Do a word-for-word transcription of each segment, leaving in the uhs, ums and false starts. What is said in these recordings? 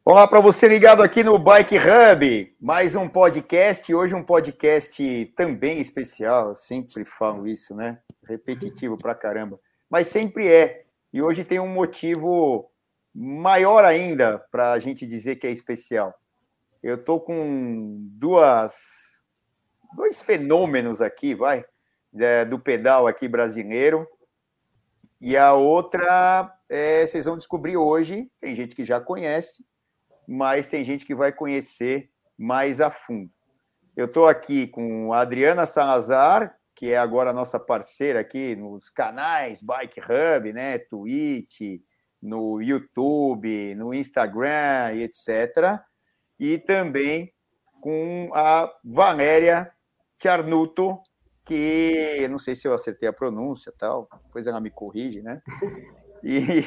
Olá para você ligado aqui no Bike Hub, mais um podcast, hoje um podcast também especial, eu sempre falo isso, né? Repetitivo pra caramba, mas sempre é. E hoje tem um motivo maior ainda para a gente dizer que é especial. Eu estou com duas, dois fenômenos aqui, vai, do pedal aqui brasileiro, e a outra, é, vocês vão descobrir hoje, tem gente que já conhece, mas tem gente que vai conhecer mais a fundo. Eu estou aqui com a Adriana Salazar, que é agora a nossa parceira aqui nos canais Bike Hub, né? Twitch, no YouTube, no Instagram e etcétera. E também com a Valéria Ciarnuto, que eu não sei se eu acertei a pronúncia, tal, depois ela me corrige, né? E...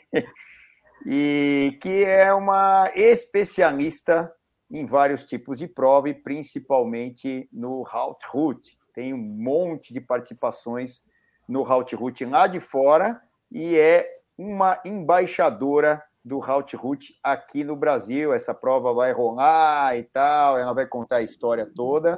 e que é uma especialista em vários tipos de prova e principalmente no Haute Route. Tem um monte de participações no Haute Route lá de fora e é uma embaixadora do Haute Route aqui no Brasil. Essa prova vai rolar e tal, ela vai contar a história toda.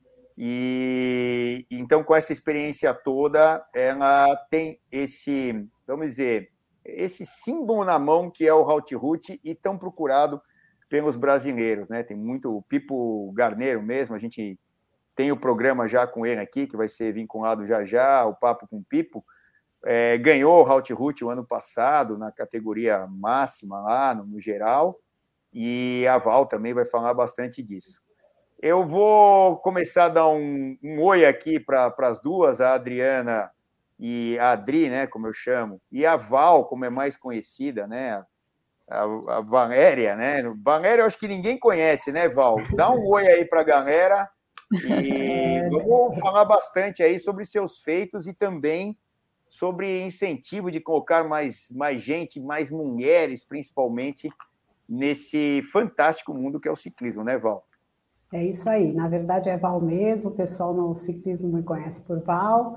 E então, com essa experiência toda, ela tem esse, vamos dizer, esse símbolo na mão que é o Haute Route e tão procurado pelos brasileiros, né? Tem muito, o Pipo Garneiro mesmo, a gente tem o programa já com ele aqui, que vai ser vinculado já já, o Papo com o Pipo, é, ganhou o Haute Route o ano passado, na categoria máxima lá, no, no geral, e a Val também vai falar bastante disso. Eu vou começar a dar um, um oi aqui para as duas, a Adriana e a Adri, né, como eu chamo, e a Val, como é mais conhecida, né, a, a Valéria, né, Valéria eu acho que ninguém conhece, né, Val? Dá um oi aí para a galera e vamos falar bastante aí sobre seus feitos e também sobre incentivo de colocar mais, mais gente, mais mulheres, principalmente, nesse fantástico mundo que é o ciclismo, né, Val? É isso aí, na verdade é Val mesmo, o pessoal no ciclismo me conhece por Val.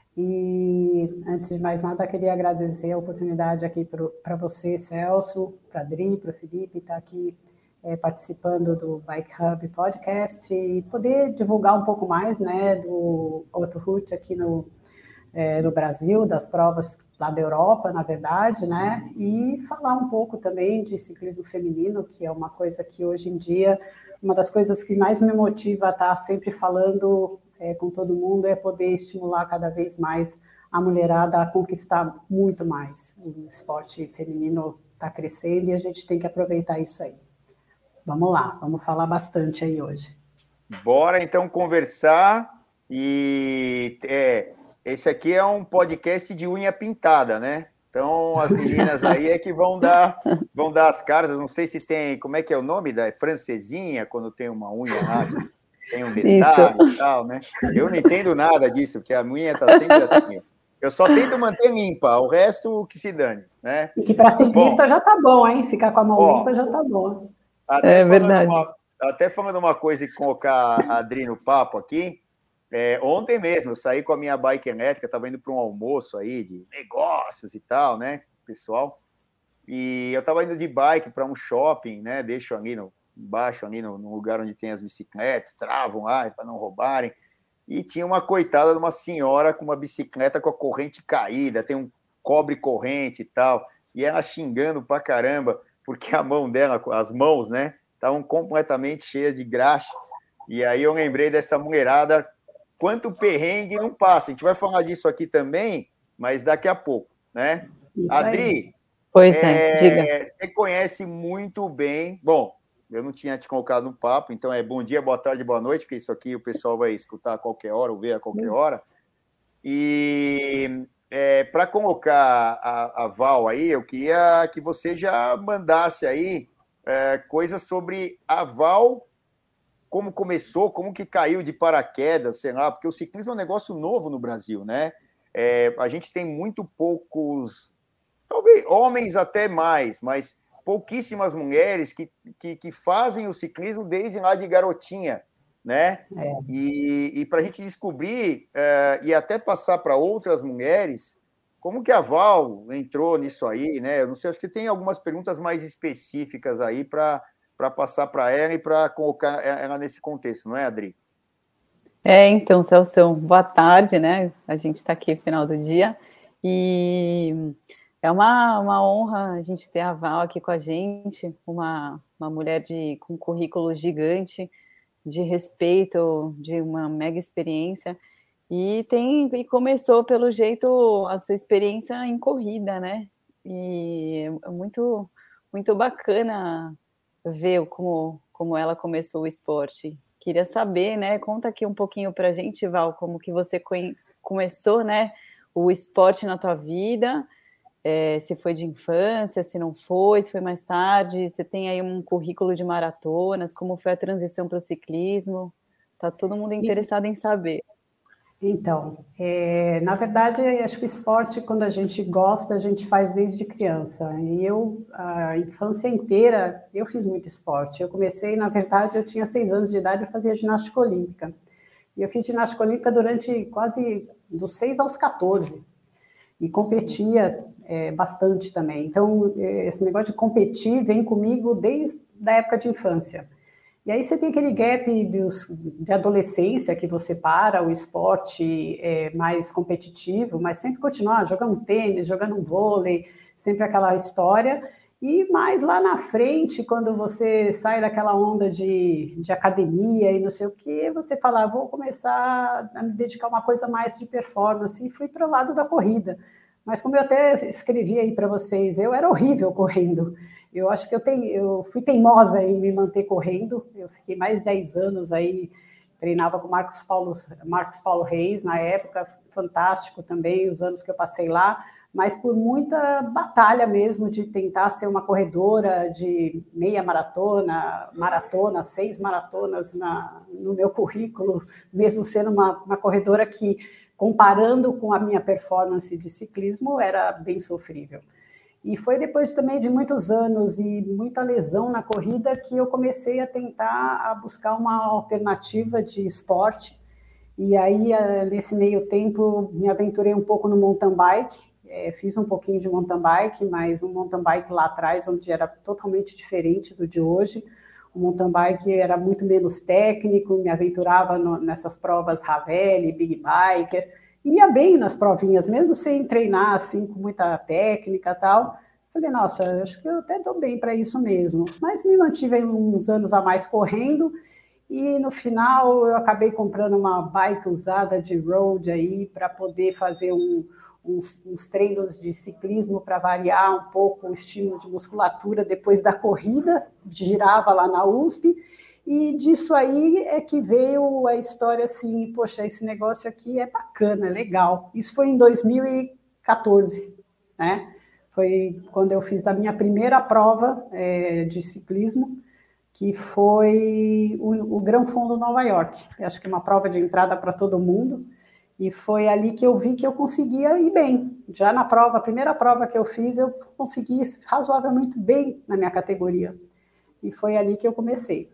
E, antes de mais nada, queria agradecer a oportunidade aqui para você, Celso, para a Adri, para o Felipe, estar aqui é, participando do Bike Hub Podcast e poder divulgar um pouco mais, né, do Haute Route aqui no, é, no Brasil, das provas lá da Europa, na verdade, né, e falar um pouco também de ciclismo feminino, que é uma coisa que hoje em dia, uma das coisas que mais me motiva a estar sempre falando É, com todo mundo, é poder estimular cada vez mais a mulherada a conquistar muito mais. O esporte feminino está crescendo e a gente tem que aproveitar isso aí. Vamos lá, vamos falar bastante aí hoje. Bora então conversar e é, esse aqui é um podcast de unha pintada, né? Então as meninas aí é que vão dar, vão dar as caras. Eu não sei se tem, como é que é o nome da francesinha quando tem uma unha lá que tem um detalhe Isso. e tal, né? Eu não entendo nada disso, porque a unha está sempre assim. Eu só tento manter limpa, o resto que se dane, né? E que para ciclista bom, já tá bom, hein? Ficar com a mão ó, limpa já tá bom. Até é verdade. Uma, até falando uma coisa e colocar a Adri no papo aqui, é, ontem mesmo eu saí com a minha bike elétrica, estava indo para um almoço aí de negócios e tal, né, pessoal? E eu estava indo de bike para um shopping, né? Deixo ali no embaixo, ali no, no lugar onde tem as bicicletas, travam lá para não roubarem. E tinha uma coitada de uma senhora com uma bicicleta com a corrente caída, tem um cobre corrente e tal, e ela xingando pra caramba, porque a mão dela, as mãos, né, estavam completamente cheias de graxa. E aí eu lembrei dessa mulherada, quanto perrengue não passa. A gente vai falar disso aqui também, mas daqui a pouco, né? Isso Adri, aí. Pois é, é, diga. Você conhece muito bem, bom, eu não tinha te colocado no papo, então é bom dia, boa tarde, boa noite, porque isso aqui o pessoal vai escutar a qualquer hora ou ver a qualquer hora. E é, para colocar a, a Val aí, eu queria que você já mandasse aí é, coisas sobre a Val, como começou, como que caiu de paraquedas, sei lá, porque o ciclismo é um negócio novo no Brasil, né? É, a gente tem muito poucos, talvez homens até mais, mas pouquíssimas mulheres que, que, que fazem o ciclismo desde lá de garotinha, né? É. E, e para a gente descobrir uh, e até passar para outras mulheres como que a Val entrou nisso aí, né? Eu não sei, acho que tem algumas perguntas mais específicas aí para passar para ela e para colocar ela nesse contexto, não é, Adri? É, então, Celso, boa tarde, né? A gente está aqui no final do dia e é uma, uma honra a gente ter a Val aqui com a gente, uma, uma mulher de, com um currículo gigante, de respeito, de uma mega experiência. E tem e começou, pelo jeito, a sua experiência em corrida, né? E é muito, muito bacana ver como, como ela começou o esporte. Queria saber, né? Conta aqui um pouquinho pra gente, Val, como que você começou, né? O esporte na tua vida, é, se foi de infância, se não foi, se foi mais tarde. Você tem aí um currículo de maratonas, como foi a transição para o ciclismo? Tá todo mundo interessado em saber. Então, é, na verdade, acho que o esporte, quando a gente gosta, a gente faz desde criança. E eu, a infância inteira, eu fiz muito esporte. Eu comecei, na verdade, eu tinha seis anos de idade, eu fazia ginástica olímpica. E eu fiz ginástica olímpica durante quase dos seis aos quatorze. E competia é, bastante também. Então, esse negócio de competir vem comigo desde a época de infância. E aí você tem aquele gap de, de adolescência que você para o esporte é, mais competitivo, mas sempre continuar jogando tênis, jogando vôlei, sempre aquela história. E mais lá na frente, quando você sai daquela onda de, de academia e não sei o quê, você fala, ah, vou começar a me dedicar a uma coisa mais de performance, e fui para o lado da corrida. Mas como eu até escrevi aí para vocês, eu era horrível correndo. Eu acho que eu, tenho, eu fui teimosa em me manter correndo. Eu fiquei mais de dez anos aí, treinava com Marcos Paulo, Marcos Paulo Reis, na época, fantástico também, os anos que eu passei lá, mas por muita batalha mesmo de tentar ser uma corredora de meia maratona, maratona, seis maratonas na, no meu currículo, mesmo sendo uma, uma corredora que, comparando com a minha performance de ciclismo, era bem sofrível. E foi depois também de muitos anos e muita lesão na corrida que eu comecei a tentar a buscar uma alternativa de esporte. E aí, nesse meio tempo, me aventurei um pouco no mountain bike. É, fiz um pouquinho de mountain bike, mas um mountain bike lá atrás, onde era totalmente diferente do de hoje. O mountain bike era muito menos técnico, me aventurava no, nessas provas Ravelli, Big Biker, ia bem nas provinhas, mesmo sem treinar assim com muita técnica e tal. Falei, nossa, acho que eu até dou bem para isso mesmo. Mas me mantive uns anos a mais correndo e no final eu acabei comprando uma bike usada de road aí para poder fazer um, uns, uns treinos de ciclismo para variar um pouco o estímulo de musculatura depois da corrida, girava lá na U S P. E disso aí é que veio a história assim, poxa, esse negócio aqui é bacana, é legal. Isso foi em dois mil e quatorze, né? Foi quando eu fiz a minha primeira prova é, de ciclismo, que foi o, o Gran Fondo Nova York. Eu acho que é uma prova de entrada para todo mundo. E foi ali que eu vi que eu conseguia ir bem. Já na prova, a primeira prova que eu fiz, eu consegui ir razoavelmente bem na minha categoria. E foi ali que eu comecei.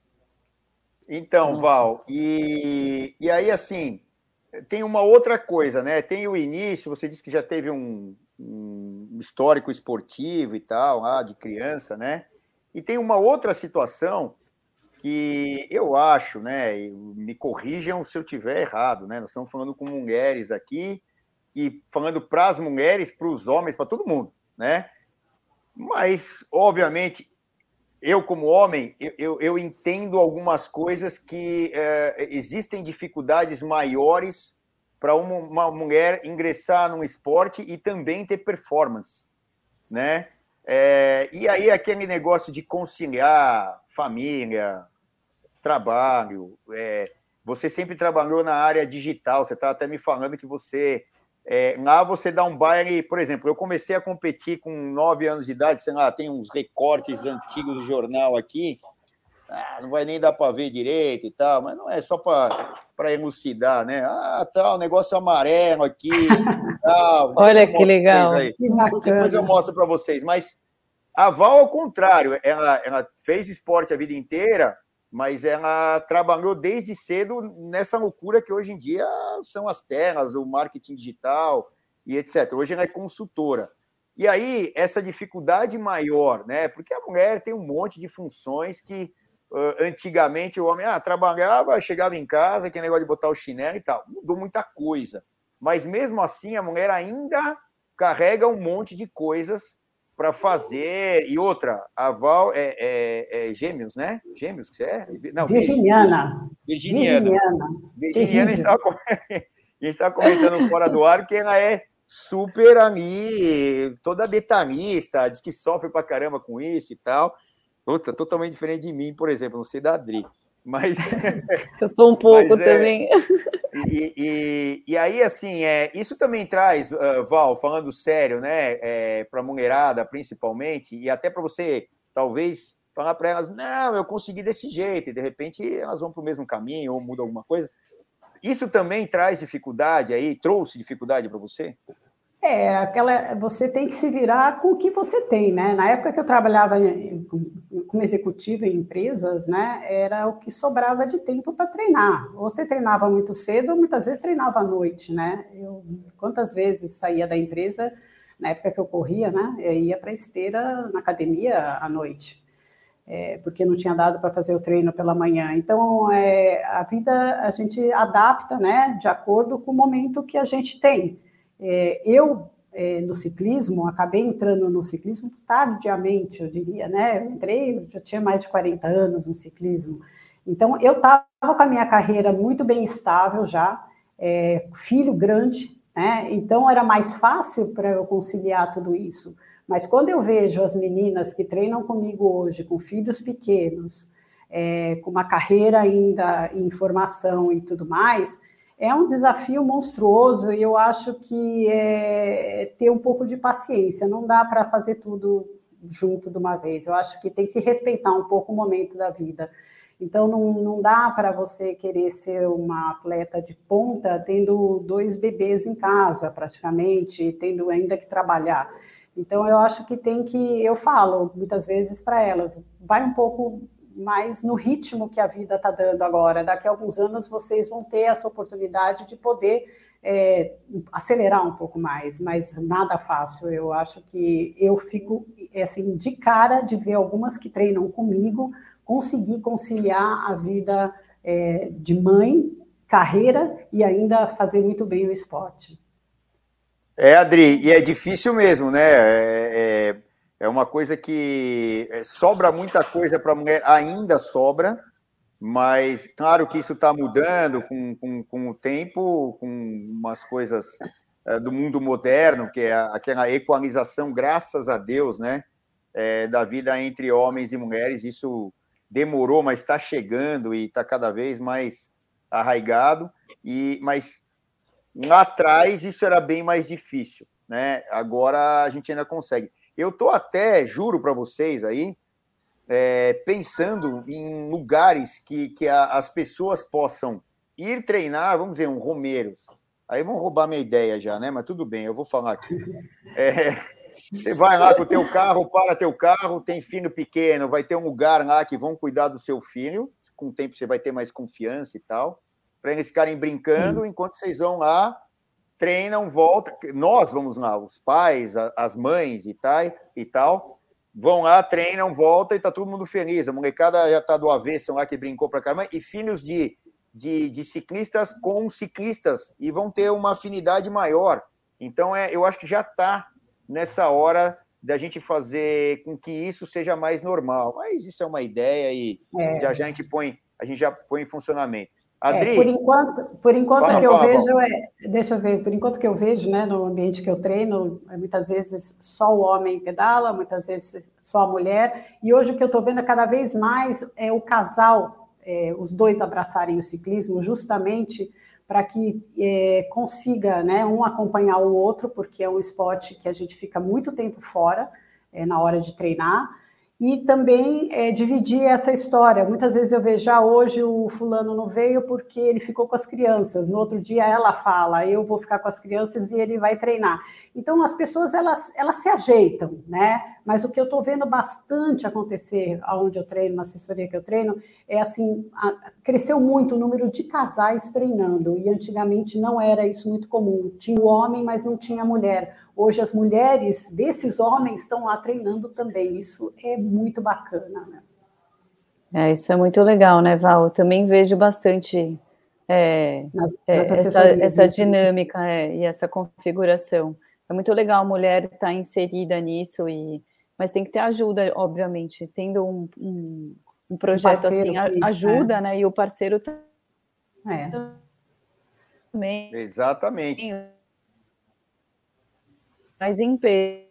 Então, Nossa. Val, e, e aí, assim, tem uma outra coisa, né? Tem o início, você disse que já teve um, um histórico esportivo e tal, ah, de criança, né? E tem uma outra situação que eu acho, né? Me corrijam se eu tiver errado, né? Nós estamos falando com mulheres aqui e falando para as mulheres, para os homens, para todo mundo, né? Mas, obviamente, eu, como homem, eu, eu, eu entendo algumas coisas que é, existem dificuldades maiores para uma, uma mulher ingressar num esporte e também ter performance, né? É, e aí aquele negócio de conciliar família, trabalho, é, você sempre trabalhou na área digital, você está até me falando que você... É, lá você dá um baile, por exemplo, eu comecei a competir com nove anos de idade, sei lá, tem uns recortes antigos do jornal aqui, ah, não vai nem dar para ver direito e tal, mas não é só para elucidar, né? Ah, tá, o negócio amarelo aqui, tal. Olha que legal. Aí. Depois eu mostro para vocês, mas a Val, ao contrário, ela, ela fez esporte a vida inteira, mas ela trabalhou desde cedo nessa loucura que hoje em dia são as telas, o marketing digital, e etcétera. Hoje ela é consultora. E aí, essa dificuldade maior, né? Porque a mulher tem um monte de funções que uh, antigamente o homem ah, trabalhava, chegava em casa, que negócio de botar o chinelo e tal. Mudou muita coisa. Mas mesmo assim, a mulher ainda carrega um monte de coisas para fazer. E outra, a Val é, é, é gêmeos, né? Gêmeos que você é? Não, Virginiana. Virginiana. Virginiana. Virginiana, a gente estava comentando fora do ar que ela é super ali, toda detalhista, diz que sofre pra caramba com isso e tal. Outra, totalmente diferente de mim, por exemplo, não sei da Adri. Mas. Eu sou um pouco é, também. E, e, e aí, assim, é, isso também traz, uh, Val, falando sério, né, é, para a mulherada, principalmente, e até para você, talvez, falar para elas: não, eu consegui desse jeito, e de repente elas vão para o mesmo caminho ou mudam alguma coisa. Isso também traz dificuldade aí? Trouxe dificuldade para você? É, aquela, você tem que se virar com o que você tem, né? Na época que eu trabalhava como executiva em empresas, né, era o que sobrava de tempo para treinar. Ou você treinava muito cedo, ou muitas vezes treinava à noite, né? Eu, quantas vezes saía da empresa, na época que eu corria, né, eu ia para esteira na academia à noite. É, porque não tinha dado para fazer o treino pela manhã. Então, é, a vida a gente adapta, né, de acordo com o momento que a gente tem. É, eu, é, no ciclismo, acabei entrando no ciclismo tardiamente, eu diria, né? Eu entrei, já tinha mais de quarenta anos no ciclismo. Então, eu estava com a minha carreira muito bem estável já, é, filho grande, né? Então, era mais fácil para eu conciliar tudo isso. Mas quando eu vejo as meninas que treinam comigo hoje, com filhos pequenos, é, com uma carreira ainda em formação e tudo mais, é um desafio monstruoso e eu acho que é ter um pouco de paciência. Não dá para fazer tudo junto de uma vez. Eu acho que tem que respeitar um pouco o momento da vida. Então, não, não dá para você querer ser uma atleta de ponta tendo dois bebês em casa, praticamente, tendo ainda que trabalhar. Então, eu acho que tem que, eu falo muitas vezes para elas, vai um pouco mais no ritmo que a vida está dando agora. Daqui a alguns anos vocês vão ter essa oportunidade de poder é, acelerar um pouco mais, mas nada fácil. Eu acho que eu fico assim, de cara de ver algumas que treinam comigo conseguir conciliar a vida é, de mãe, carreira e ainda fazer muito bem o esporte. É, Adri, e é difícil mesmo, né? É, é, é uma coisa que sobra muita coisa para a mulher, ainda sobra, mas claro que isso está mudando com, com, com o tempo, com umas coisas é, do mundo moderno, que é aquela equalização, graças a Deus, né? É, da vida entre homens e mulheres. Isso demorou, mas está chegando e está cada vez mais arraigado, e, mas lá atrás isso era bem mais difícil, né? Agora a gente ainda consegue. Eu estou até, juro para vocês aí, é, pensando em lugares que, que a, as pessoas possam ir treinar, vamos dizer, um Romeiros. Aí vão roubar minha ideia já, né? Mas tudo bem, eu vou falar aqui. É, você vai lá com o teu carro, para teu carro, tem filho pequeno, vai ter um lugar lá que vão cuidar do seu filho, com o tempo você vai ter mais confiança e tal, para eles ficarem brincando, enquanto vocês vão lá, treinam, voltam. Nós vamos lá, os pais, as mães e tal, e tal vão lá, treinam, voltam e tá todo mundo feliz. A molecada já tá do avesso lá que brincou pra caramba, e filhos de, de, de ciclistas com ciclistas, e vão ter uma afinidade maior. Então, é, eu acho que já tá nessa hora da gente fazer com que isso seja mais normal. Mas isso é uma ideia e é. já, já a gente põe, a gente já põe em funcionamento. Adri, é, por enquanto, por enquanto fala, que eu fala, vejo, é, deixa eu ver, por enquanto que eu vejo, né, no ambiente que eu treino, muitas vezes só o homem pedala, muitas vezes só a mulher, e hoje o que eu estou vendo é cada vez mais é o casal, é, os dois abraçarem o ciclismo, justamente para que é, consiga, né, um acompanhar o outro, porque é um esporte que a gente fica muito tempo fora, é, na hora de treinar, e também é, dividir essa história. Muitas vezes eu vejo, já hoje o fulano não veio porque ele ficou com as crianças, no outro dia ela fala, eu vou ficar com as crianças e ele vai treinar. Então as pessoas, elas, elas se ajeitam, né? Mas o que eu estou vendo bastante acontecer aonde eu treino, na assessoria que eu treino, é assim, a, cresceu muito o número de casais treinando, e antigamente não era isso muito comum. Tinha o homem, mas não tinha a mulher. Hoje as mulheres desses homens estão lá treinando também. Isso é muito bacana, né? É, isso é muito legal, né, Val? Eu também vejo bastante é, nas, é, nas essa, essa dinâmica é, e essa configuração. É muito legal a mulher estar inserida nisso, e, mas tem que ter ajuda, obviamente. Tendo um, um, um projeto um assim, que, ajuda, é. né? E o parceiro é. também. Exatamente. Mas em peso.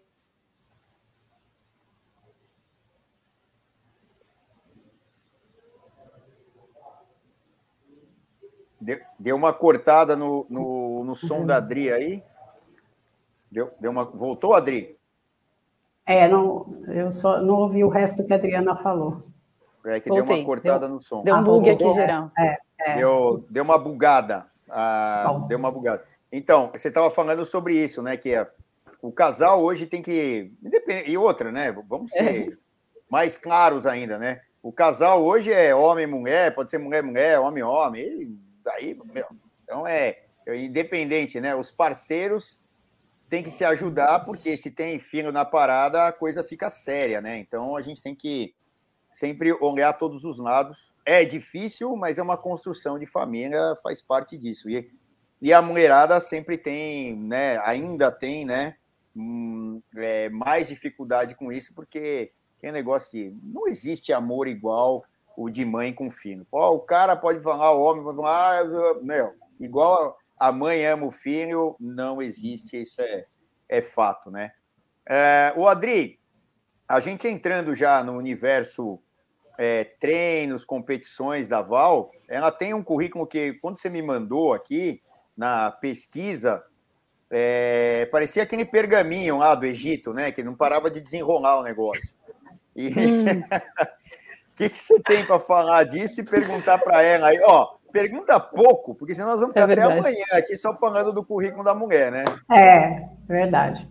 Deu uma cortada no, no, no som uhum. da Adri aí. Deu, deu uma... Voltou, Adri? É, não, eu só não ouvi o resto que a Adriana falou. É que Voltei. Deu uma cortada deu, no som. Deu um bug ah, aqui, geral. É, é. Deu, deu uma bugada. Ah, deu uma bugada. Então, você estava falando sobre isso, né? Que é, o casal hoje tem que... E outra, né? Vamos ser é. mais claros ainda, né? O casal hoje é homem-mulher, pode ser mulher-mulher, homem-homem. Daí, meu, então é, é independente, né? Os parceiros têm que se ajudar, porque se tem filho na parada, a coisa fica séria, né? Então a gente tem que sempre olhar todos os lados. É difícil, mas é uma construção de família, faz parte disso. E, e a mulherada sempre tem, né? Ainda tem, né? Hum, é, mais dificuldade com isso, porque tem negócio de não existe amor igual o de mãe com filho. Pô, o cara pode falar, o homem pode falar, ah, meu, igual a mãe ama o filho, não existe, isso é, é fato, né? É, o Adri, a gente entrando já no universo é, treinos, competições da Val, ela tem um currículo que, quando você me mandou aqui, na pesquisa, é, parecia aquele pergaminho lá do Egito, né? Que não parava de desenrolar o negócio. E... Hum. O que, que você tem para falar disso e perguntar para ela aí? Ó, pergunta pouco, porque senão nós vamos ficar é até amanhã aqui só falando do currículo da mulher, né? É, verdade.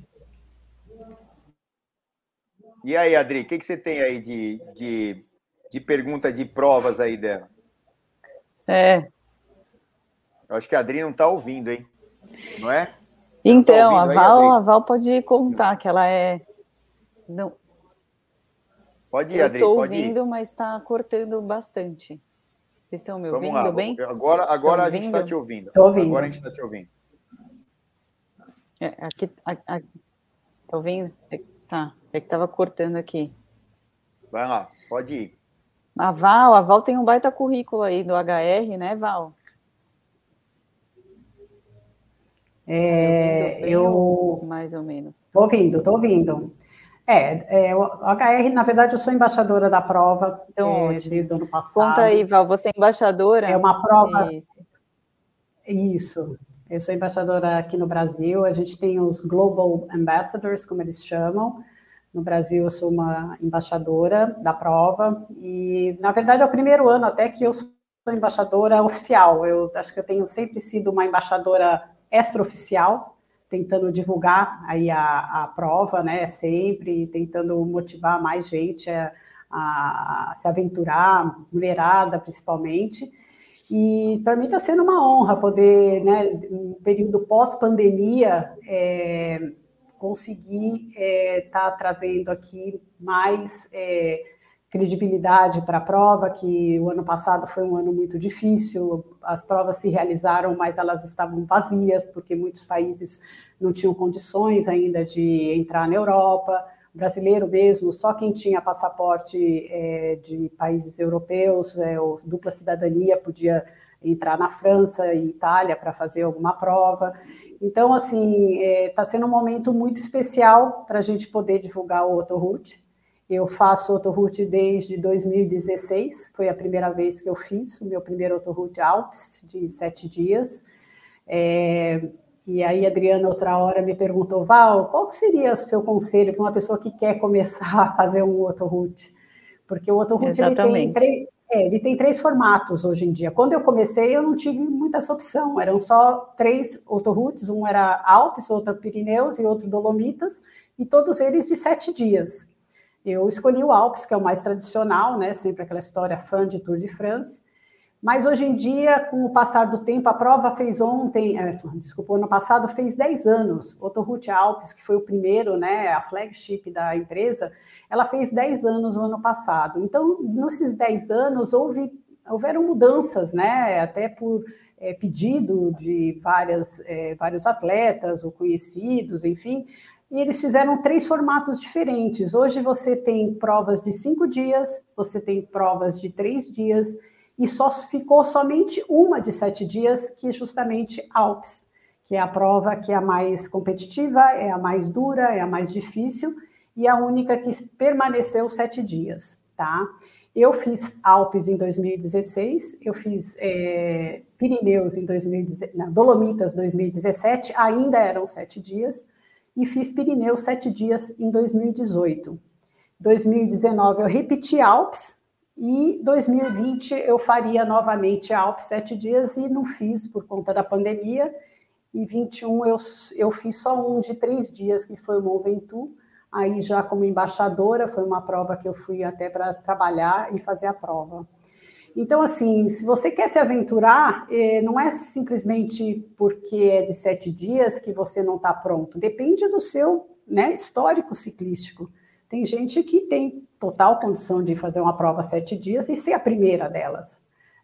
E aí, Adri, o que, que você tem aí de, de, de pergunta de provas aí dela? É. Eu acho que a Adri não está ouvindo, hein? Não é? Você então, não tá a, Val, aí, a Val pode contar que ela é... Não... Pode ir, Adri, pode ir. Eu estou ouvindo, mas está cortando bastante. Vocês estão me ouvindo Vamos lá, bem? Agora, agora a gente está te ouvindo. Estou ouvindo. Agora a gente está te ouvindo. É, aqui, está ouvindo? É, tá, é que estava cortando aqui. Vai lá, pode ir. A Val, a Val tem um baita currículo aí do H R, né, Val? É, bem, eu... ou mais ou menos. Estou ouvindo, estou ouvindo. É, é, o H R, na verdade, eu sou embaixadora da prova então, é, desde o ano passado. Conta aí, Val, você é embaixadora? É uma prova... Isso. Isso. Eu sou embaixadora aqui no Brasil, a gente tem os Global Ambassadors, como eles chamam. No Brasil, eu sou uma embaixadora da prova e, na verdade, é o primeiro ano até que eu sou embaixadora oficial. Eu acho que eu tenho sempre sido uma embaixadora extraoficial, tentando divulgar aí a, a prova, né, sempre, tentando motivar mais gente a, a se aventurar, mulherada principalmente, e para mim está sendo uma honra poder, né, no período pós-pandemia, é, conseguir estar é, tá trazendo aqui mais é, credibilidade para a prova, que o ano passado foi um ano muito difícil, as provas se realizaram, mas elas estavam vazias, porque muitos países não tinham condições ainda de entrar na Europa, o brasileiro mesmo, só quem tinha passaporte é, de países europeus, é, ou dupla cidadania, podia entrar na França e Itália para fazer alguma prova. Então, assim, está é, sendo um momento muito especial para a gente poder divulgar o Autoroute. Eu faço Autoroute desde dois mil e dezesseis, foi a primeira vez que eu fiz o meu primeiro Autoroute Alpes, de sete dias. É, e aí a Adriana, outra hora, me perguntou, Val, qual que seria o seu conselho para uma pessoa que quer começar a fazer um Autoroute? Porque o Autoroute ele tem, três, É, ele tem três formatos hoje em dia. Quando eu comecei, eu não tive muita essa opção. Eram só três autoroutes, um era Alpes, outro Pirineus e outro Dolomitas, e todos eles de sete dias. Eu escolhi o Alpes, que é o mais tradicional, né? Sempre aquela história fã de Tour de France. Mas hoje em dia, com o passar do tempo, a prova fez ontem, é, desculpa, ano passado fez dez anos. Autoroute Alpes, que foi o primeiro, né, a flagship da empresa, ela fez dez anos no ano passado. Então, nesses dez anos, houve, houveram mudanças, né, até por é, pedido de várias, é, vários atletas ou conhecidos, enfim, e eles fizeram três formatos diferentes. Hoje você tem provas de cinco dias, você tem provas de três dias, e só ficou somente uma de sete dias, que é justamente Alpes, que é a prova que é a mais competitiva, é a mais dura, é a mais difícil, e a única que permaneceu sete dias, tá? Eu fiz Alpes em dois mil e dezesseis, eu fiz é, Pirineus em dois mil e dezessete, não, Dolomitas dois mil e dezessete, ainda eram sete dias, e fiz Pirineus sete dias em dois mil e dezoito. dois mil e dezenove eu repeti Alpes, e dois mil e vinte eu faria novamente a Alpes sete dias e não fiz por conta da pandemia. E vinte e um eu, eu fiz só um de três dias, que foi o Mont Ventoux. Aí já como embaixadora, foi uma prova que eu fui até para trabalhar e fazer a prova. Então, assim, se você quer se aventurar, não é simplesmente porque é de sete dias que você não está pronto. Depende do seu, né, histórico ciclístico. Tem gente que tem total condição de fazer uma prova sete dias e ser a primeira delas.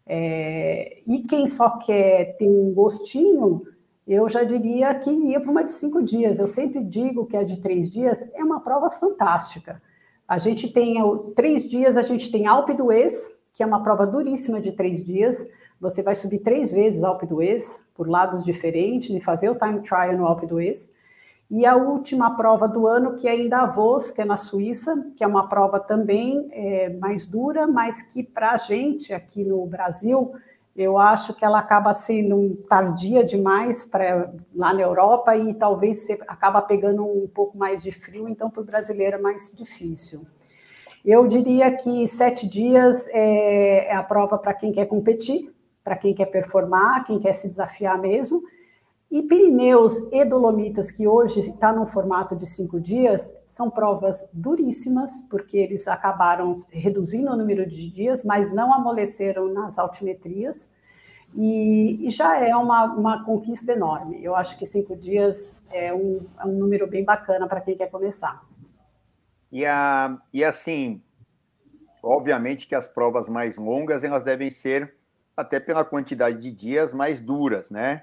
É, e quem só quer ter um gostinho, eu já diria que ia para uma de cinco dias. Eu sempre digo que a de três dias é uma prova fantástica. A gente tem três dias, a gente tem Alpe d'Huez, que é uma prova duríssima de três dias. Você vai subir três vezes Alpe d'Huez, por lados diferentes, e fazer o time trial no Alpe d'Huez. E a última prova do ano, que é em Davos, que é na Suíça, que é uma prova também é, mais dura, mas que para a gente aqui no Brasil, eu acho que ela acaba sendo tardia demais para lá na Europa e talvez você acaba pegando um pouco mais de frio, então para o brasileiro é mais difícil. Eu diria que sete dias é, é a prova para quem quer competir, para quem quer performar, quem quer se desafiar mesmo. E Pirineus e Dolomitas, que hoje está num formato de cinco dias, são provas duríssimas, porque eles acabaram reduzindo o número de dias, mas não amoleceram nas altimetrias, e, e já é uma, uma conquista enorme. Eu acho que cinco dias é um, é um número bem bacana para quem quer começar. E, a, e assim, obviamente que as provas mais longas, elas devem ser, até pela quantidade de dias, mais duras, né?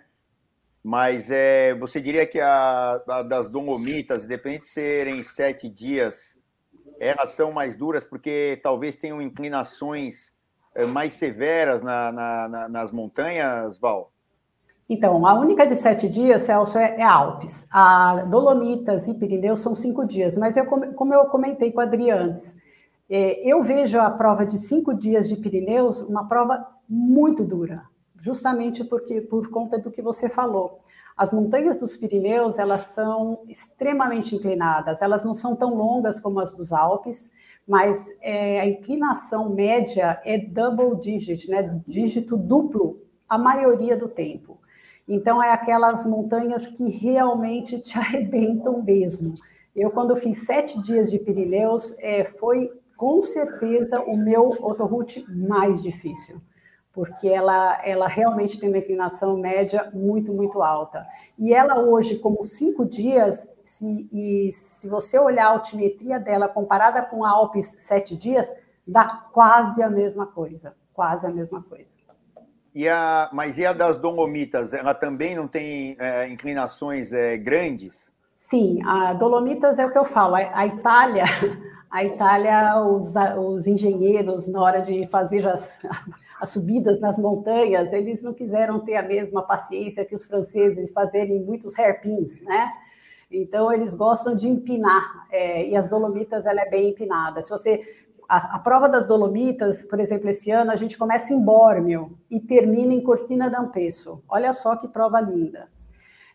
Mas é, você diria que a, a das Dolomitas, independente de serem sete dias, elas são mais duras porque talvez tenham inclinações é, mais severas na, na, na, nas montanhas, Val? Então, a única de sete dias, Celso, é, é Alpes. A Dolomitas e Pirineus são cinco dias, mas eu, como eu comentei com a Adri antes, é, eu vejo a prova de cinco dias de Pirineus uma prova muito dura. Justamente porque, por conta do que você falou. As montanhas dos Pirineus, elas são extremamente inclinadas, elas não são tão longas como as dos Alpes, mas é, a inclinação média é double digit, né? Dígito duplo, a maioria do tempo. Então, é aquelas montanhas que realmente te arrebentam mesmo. Eu, quando fiz sete dias de Pirineus, é, foi com certeza o meu autoroute mais difícil, porque ela, ela realmente tem uma inclinação média muito, muito alta. E ela hoje, como cinco dias, se, e se você olhar a altimetria dela comparada com a Alpes sete dias, dá quase a mesma coisa, quase a mesma coisa. E a, mas e a das Dolomitas, ela também não tem é, inclinações é, grandes? Sim, a Dolomitas é o que eu falo, a, a Itália, a Itália, os, os engenheiros, na hora de fazer as, as as subidas nas montanhas, eles não quiseram ter a mesma paciência que os franceses, fazerem muitos hairpins, né? Então, eles gostam de empinar, é, e as Dolomitas, ela é bem empinada. Se você, a, a prova das Dolomitas, por exemplo, esse ano, a gente começa em Bormio e termina em Cortina d'Ampezzo. Olha só que prova linda.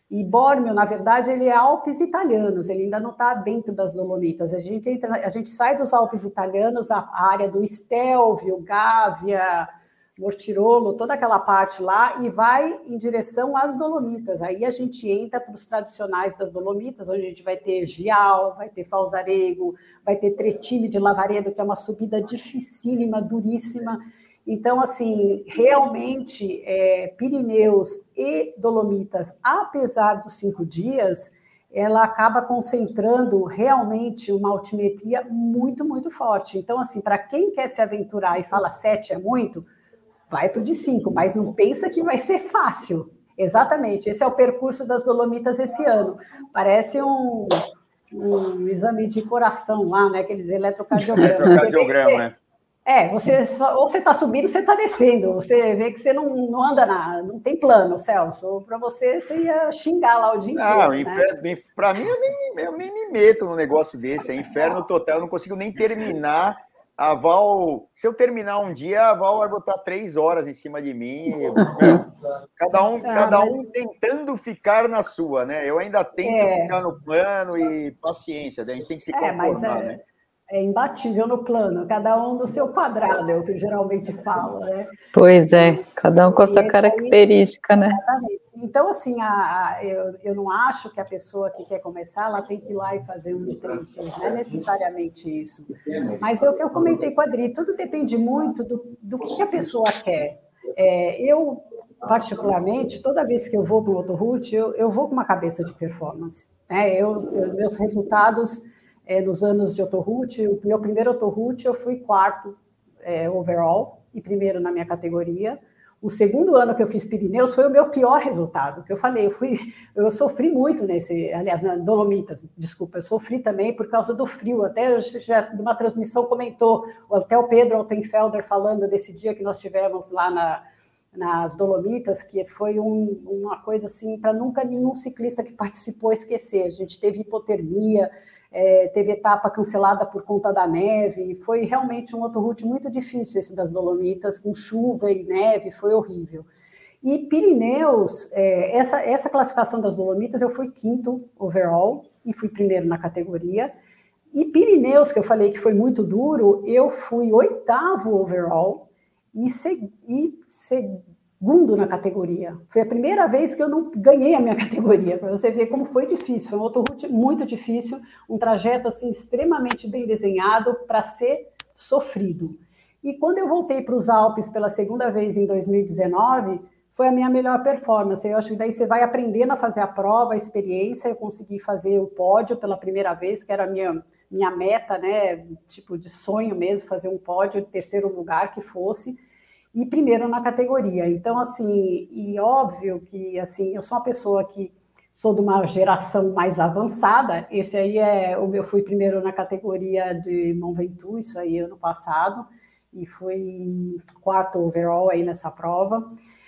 E Bormio, na verdade, ele é Alpes italianos, ele ainda não está dentro das Dolomitas. A gente, entra, a gente sai dos Alpes italianos, da área do Stelvio, Gávea, Mortirolo, toda aquela parte lá, e vai em direção às Dolomitas. Aí a gente entra para os tradicionais das Dolomitas, onde a gente vai ter Gial, vai ter Falzarego, vai ter Tretime de Lavaredo, que é uma subida dificílima, duríssima. Então, assim, realmente, é, Pirineus e Dolomitas, apesar dos cinco dias, ela acaba concentrando realmente uma altimetria muito, muito forte. Então, assim, para quem quer se aventurar e fala sete é muito, vai para o de cinco, mas não pensa que vai ser fácil. Exatamente, esse é o percurso das Dolomitas esse ano. Parece um, um exame de coração lá, né? Aqueles eletrocardiogramas. Eletrocardiograma, né? É, você só, ou você está subindo, ou você está descendo. Você vê que você não, não anda na, não tem plano, Celso. Para você, você ia xingar lá o dia não, inteiro. Né? Para mim, eu nem, eu nem me meto num negócio desse. É inferno total. Eu não consigo nem terminar. A Val, se eu terminar um dia, a Val vai botar três horas em cima de mim. Eu, cada um, cada um tentando ficar na sua, né? Eu ainda tento é. ficar no plano e paciência, né? A gente tem que se conformar, é, né? É imbatível no plano, cada um no seu quadrado, é o que eu geralmente falo, né? Pois é, cada um com a sua característica, aí, né? Exatamente. Então, assim, a, a, eu, eu não acho que a pessoa que quer começar, ela tem que ir lá e fazer um de três dias, não é necessariamente isso. Mas é o que eu comentei com a Adri, tudo depende muito do, do que a pessoa quer. É, eu, particularmente, toda vez que eu vou para o Autoroute, eu, eu vou com uma cabeça de performance. Né? Eu, eu, meus resultados... É, nos anos de Autoroute, o meu primeiro Autoroute eu fui quarto é, overall e primeiro na minha categoria. O segundo ano que eu fiz Pirineus foi o meu pior resultado, que eu falei, eu, fui, eu sofri muito nesse, aliás, na Dolomitas, desculpa, eu sofri também por causa do frio, até já numa transmissão comentou, até o Pedro Altenfelder falando desse dia que nós tivemos lá na, nas Dolomitas, que foi um, uma coisa assim, para nunca nenhum ciclista que participou esquecer, a gente teve hipotermia, É, teve etapa cancelada por conta da neve, foi realmente um Autoroute muito difícil esse das Dolomitas, com chuva e neve, foi horrível. E Pirineus, é, essa, essa classificação das Dolomitas, eu fui quinto overall e fui primeiro na categoria, e Pirineus, que eu falei que foi muito duro, eu fui oitavo overall e, seg, e segundo na categoria. Foi a primeira vez que eu não ganhei a minha categoria, para você ver como foi difícil. Foi um Autoroute muito difícil, um trajeto assim, extremamente bem desenhado para ser sofrido. E quando eu voltei para os Alpes pela segunda vez em dois mil e dezenove, foi a minha melhor performance. Eu acho que daí você vai aprendendo a fazer a prova, a experiência. Eu consegui fazer o pódio pela primeira vez, que era a minha, minha meta, né? Tipo de sonho mesmo, fazer um pódio, terceiro lugar que fosse. E primeiro na categoria. Então, assim, e óbvio que, assim, eu sou uma pessoa que sou de uma geração mais avançada, esse aí é, eu fui primeiro na categoria de Mont Ventoux, isso aí ano passado, e fui quarto overall aí nessa prova.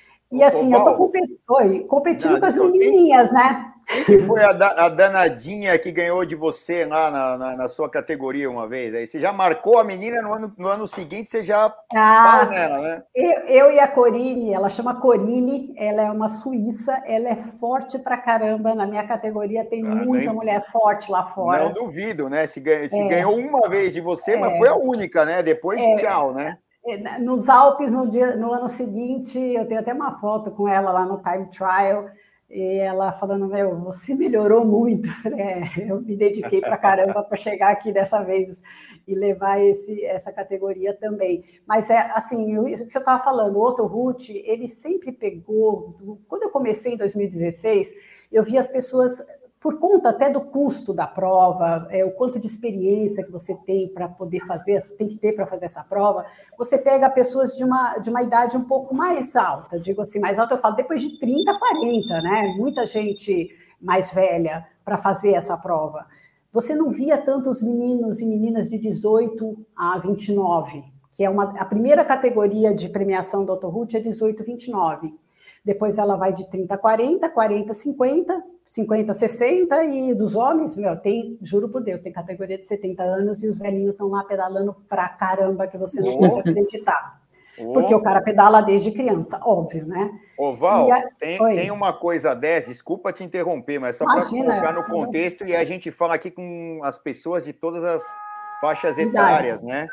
E assim, ô, eu tô competi Oi, competindo Não, com as menininhas, tem... né? Que foi a, da, a danadinha que ganhou de você lá na, na, na sua categoria uma vez? Aí você já marcou a menina no ano, no ano seguinte, você já ah, nela, né? Eu, eu e a Corine, ela chama Corine, ela é uma suíça, ela é forte pra caramba. Na minha categoria tem ah, muita nem... mulher forte lá fora. Não duvido, né? Se, ganha, se é. ganhou uma vez de você, é. mas foi a única, né? Depois, é. tchau, né? Nos Alpes, no, dia, no ano seguinte, eu tenho até uma foto com ela lá no time trial, e ela falando, meu, você melhorou muito. É, eu me dediquei pra caramba para chegar aqui dessa vez e levar esse, essa categoria também. Mas, é assim, isso que eu estava falando, o Autoroute, ele sempre pegou... Quando eu comecei em dois mil e dezesseis, eu vi as pessoas... por conta até do custo da prova, é, o quanto de experiência que você tem para poder fazer, tem que ter para fazer essa prova, você pega pessoas de uma, de uma idade um pouco mais alta, digo assim, mais alta, eu falo, depois de trinta, quarenta, né? Muita gente mais velha para fazer essa prova. Você não via tantos meninos e meninas de dezoito a vinte e nove, que é uma, a primeira categoria de premiação do Autoroute é dezoito a vinte e nove. Depois ela vai de trinta a quarenta, quarenta a cinquenta, cinquenta a sessenta, e dos homens, meu, tem, juro por Deus, tem categoria de setenta anos e os velhinhos estão lá pedalando pra caramba, que você não pode acreditar. Oh. Porque o cara pedala desde criança, óbvio, né? Ô, Val, a... tem, tem uma coisa dessa, desculpa te interromper, mas só para colocar no contexto, e a gente fala aqui com as pessoas de todas as faixas etárias, né?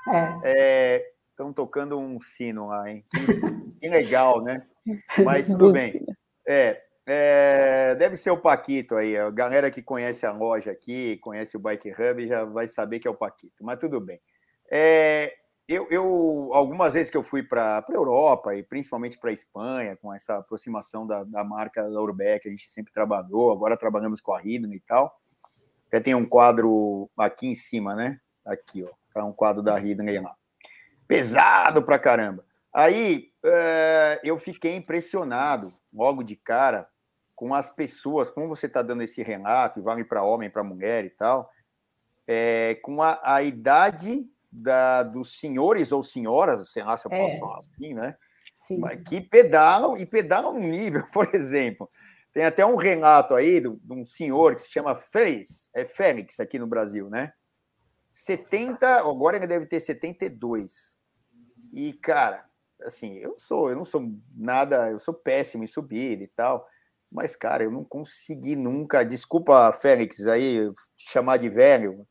É. Estão tocando um sino lá, hein? Que, que legal, né? Mas tudo bem. É, é, deve ser o Paquito aí. A galera que conhece a loja aqui, conhece o Bike Hub, já vai saber que é o Paquito. Mas tudo bem. É, eu, eu, algumas vezes que eu fui para a Europa, e principalmente para a Espanha, com essa aproximação da, da marca da Urbex, a gente sempre trabalhou, agora trabalhamos com a Hidden e tal. Até tem um quadro aqui em cima, né? Aqui, ó. Tá um quadro da Hidden lá. Pesado pra caramba. Aí é, eu fiquei impressionado, logo de cara, com as pessoas, como você está dando esse relato, e vale para homem, para mulher e tal, é, com a, a idade da, dos senhores ou senhoras, sei lá se eu posso é. falar assim, né? Sim. Que pedalam, e pedalam um nível, por exemplo. Tem até um relato aí de, de um senhor que se chama Félix, é Félix aqui no Brasil, né? setenta, agora ele deve ter setenta e dois. E, cara, assim, eu sou, eu não sou nada, eu sou péssimo em subida e tal, mas, cara, eu não consegui nunca, desculpa, Félix, aí, te chamar de velho,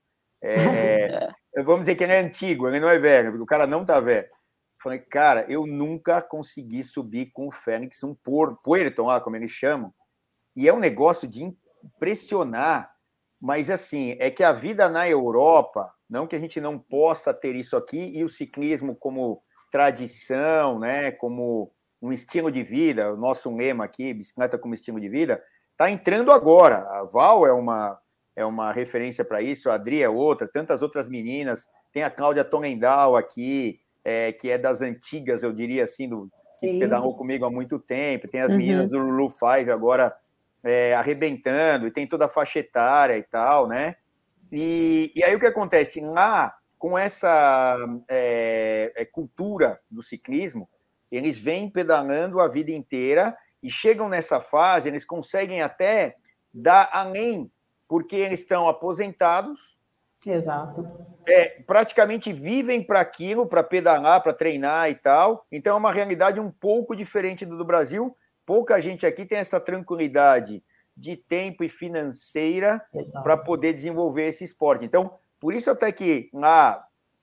é, é, vamos dizer que ele é antigo, ele não é velho, porque o cara não tá velho. Falei, cara, eu nunca consegui subir com o Félix, um Puerton lá, como eles chamam, e é um negócio de impressionar, mas, assim, é que a vida na Europa, não que a gente não possa ter isso aqui, e o ciclismo como tradição, né, como um estilo de vida, o nosso lema aqui, bicicleta como estilo de vida, está entrando agora. A Val é uma, é uma referência para isso, a Adri é outra, tantas outras meninas, tem a Cláudia Tonendal aqui, é, que é das antigas, eu diria assim, do, que pedalou comigo há muito tempo, tem as uhum. meninas do Lulu Five agora é, arrebentando, e tem toda a faixa etária e tal, né? E, e aí o que acontece? Lá, com essa é, é, cultura do ciclismo, eles vêm pedalando a vida inteira e chegam nessa fase, eles conseguem até dar além, porque eles estão aposentados. Exato. É, praticamente vivem para aquilo, para pedalar, para treinar e tal. Então é uma realidade um pouco diferente do do Brasil. Pouca gente aqui tem essa tranquilidade de tempo e financeira para poder desenvolver esse esporte. Então, por isso até que lá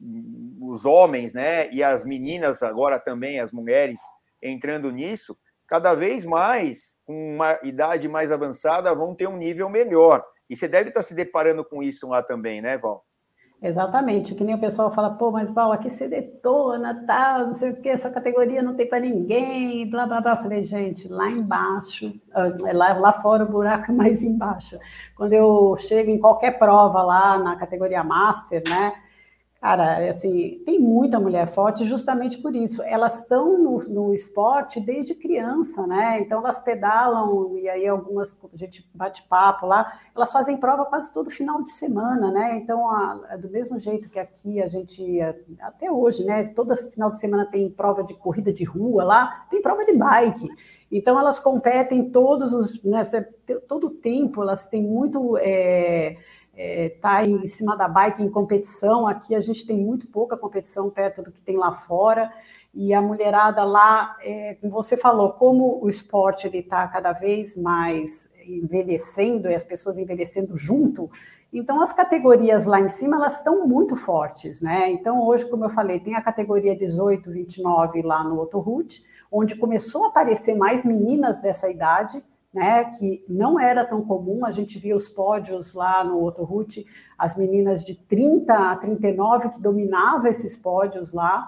os homens, né, e as meninas agora também, as mulheres entrando nisso, cada vez mais, com uma idade mais avançada, vão ter um nível melhor. E você deve estar se deparando com isso lá também, né, Val? Exatamente, que nem o pessoal fala, pô, mas Val, aqui você detona, tal, não sei o que, essa categoria não tem para ninguém, blá, blá, blá. Falei, gente, lá embaixo, lá, lá fora o buraco é mais embaixo. Quando eu chego em qualquer prova lá na categoria Master, né, cara, assim, tem muita mulher forte justamente por isso. Elas estão no, no esporte desde criança, né? Então, elas pedalam, e aí algumas, a gente bate papo lá, elas fazem prova quase todo final de semana, né? Então, a, do mesmo jeito que aqui a gente, até hoje, né? Todo final de semana tem prova de corrida de rua lá, tem prova de bike. Então, elas competem todos os, né, todo o tempo, elas têm muito... É, É, tá em cima da bike em competição. Aqui a gente tem muito pouca competição perto do que tem lá fora, e a mulherada lá, é, como você falou, como o esporte ele está cada vez mais envelhecendo e as pessoas envelhecendo junto, então as categorias lá em cima elas estão muito fortes, né? Então hoje, como eu falei, tem a categoria dezoito, vinte e nove lá no Autoroute, onde começou a aparecer mais meninas dessa idade, né, que não era tão comum. A gente via os pódios lá no Autoroute, as meninas de trinta a trinta e nove que dominavam esses pódios lá.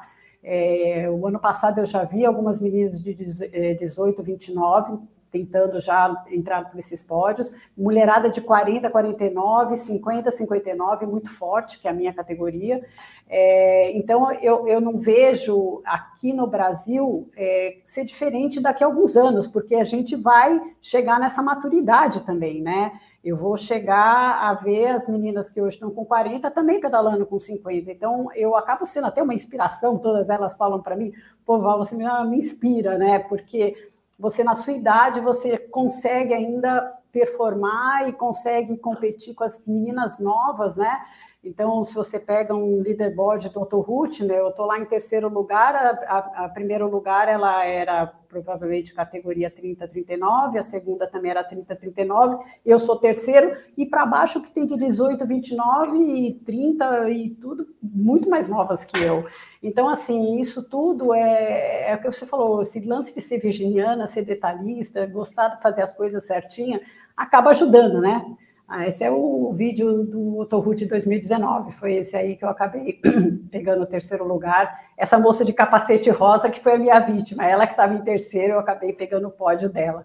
É, o ano passado eu já vi algumas meninas de dezoito, vinte e nove tentando já entrar nesses pódios, mulherada de quarenta, quarenta e nove, cinquenta, cinquenta e nove, muito forte, que é a minha categoria. É, então, eu, eu não vejo aqui no Brasil é, ser diferente daqui a alguns anos, porque a gente vai chegar nessa maturidade também, né? Eu vou chegar a ver as meninas que hoje estão com quarenta também pedalando com cinquenta, então eu acabo sendo até uma inspiração, todas elas falam para mim, pô, Val, você me, me inspira, né? Porque você, na sua idade, você consegue ainda performar e consegue competir com as meninas novas, né? Então, se você pega um leaderboard do Otto Ruth, né, eu estou lá em terceiro lugar, a, a, a primeiro lugar ela era provavelmente categoria trinta, trinta e nove, a segunda também era trinta, trinta e nove, eu sou terceiro, e para baixo que tem de dezoito, vinte e nove e trinta e tudo, muito mais novas que eu. Então, assim, isso tudo é, é o que você falou, esse lance de ser virginiana, ser detalhista, gostar de fazer as coisas certinha, acaba ajudando, né? Ah, esse é o vídeo do Otto Ruth de dois mil e dezenove, foi esse aí que eu acabei pegando o terceiro lugar. Essa moça de capacete rosa que foi a minha vítima, ela que estava em terceiro, eu acabei pegando o pódio dela.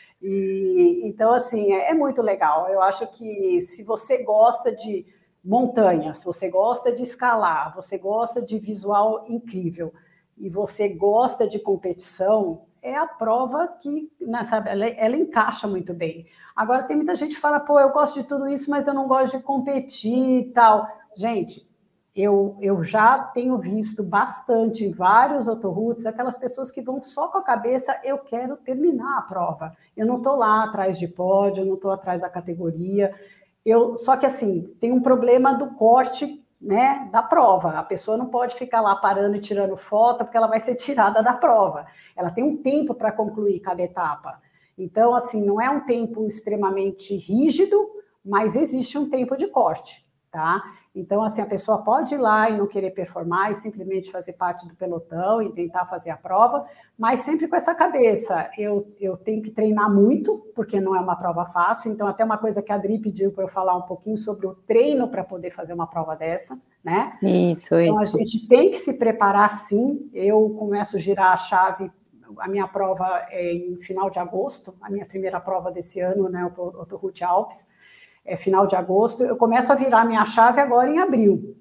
E, então, assim, é, é muito legal. Eu acho que se você gosta de montanhas, você gosta de escalar, você gosta de visual incrível e você gosta de competição, é a prova que, né, sabe, ela, ela encaixa muito bem. Agora, tem muita gente que fala, pô, eu gosto de tudo isso, mas eu não gosto de competir e tal. Gente, eu, eu já tenho visto bastante em vários Otto Ruths, aquelas pessoas que vão só com a cabeça, eu quero terminar a prova. Eu não estou lá atrás de pódio, eu não estou atrás da categoria. Eu, só que, assim, tem um problema do corte, né, da prova. A pessoa não pode ficar lá parando e tirando foto, porque ela vai ser tirada da prova. Ela tem um tempo para concluir cada etapa. Então, assim, não é um tempo extremamente rígido, mas existe um tempo de corte, tá? Então, assim, a pessoa pode ir lá e não querer performar e simplesmente fazer parte do pelotão e tentar fazer a prova, mas sempre com essa cabeça, eu, eu tenho que treinar muito, porque não é uma prova fácil, então até uma coisa que a Adri pediu para eu falar um pouquinho sobre o treino para poder fazer uma prova dessa, né? Isso, então, isso. a gente tem que se preparar, sim. Eu começo a girar a chave. A minha prova é em final de agosto, a minha primeira prova desse ano, né, o Otto Ruth Alpes, é final de agosto. Eu começo a virar a minha chave agora em abril.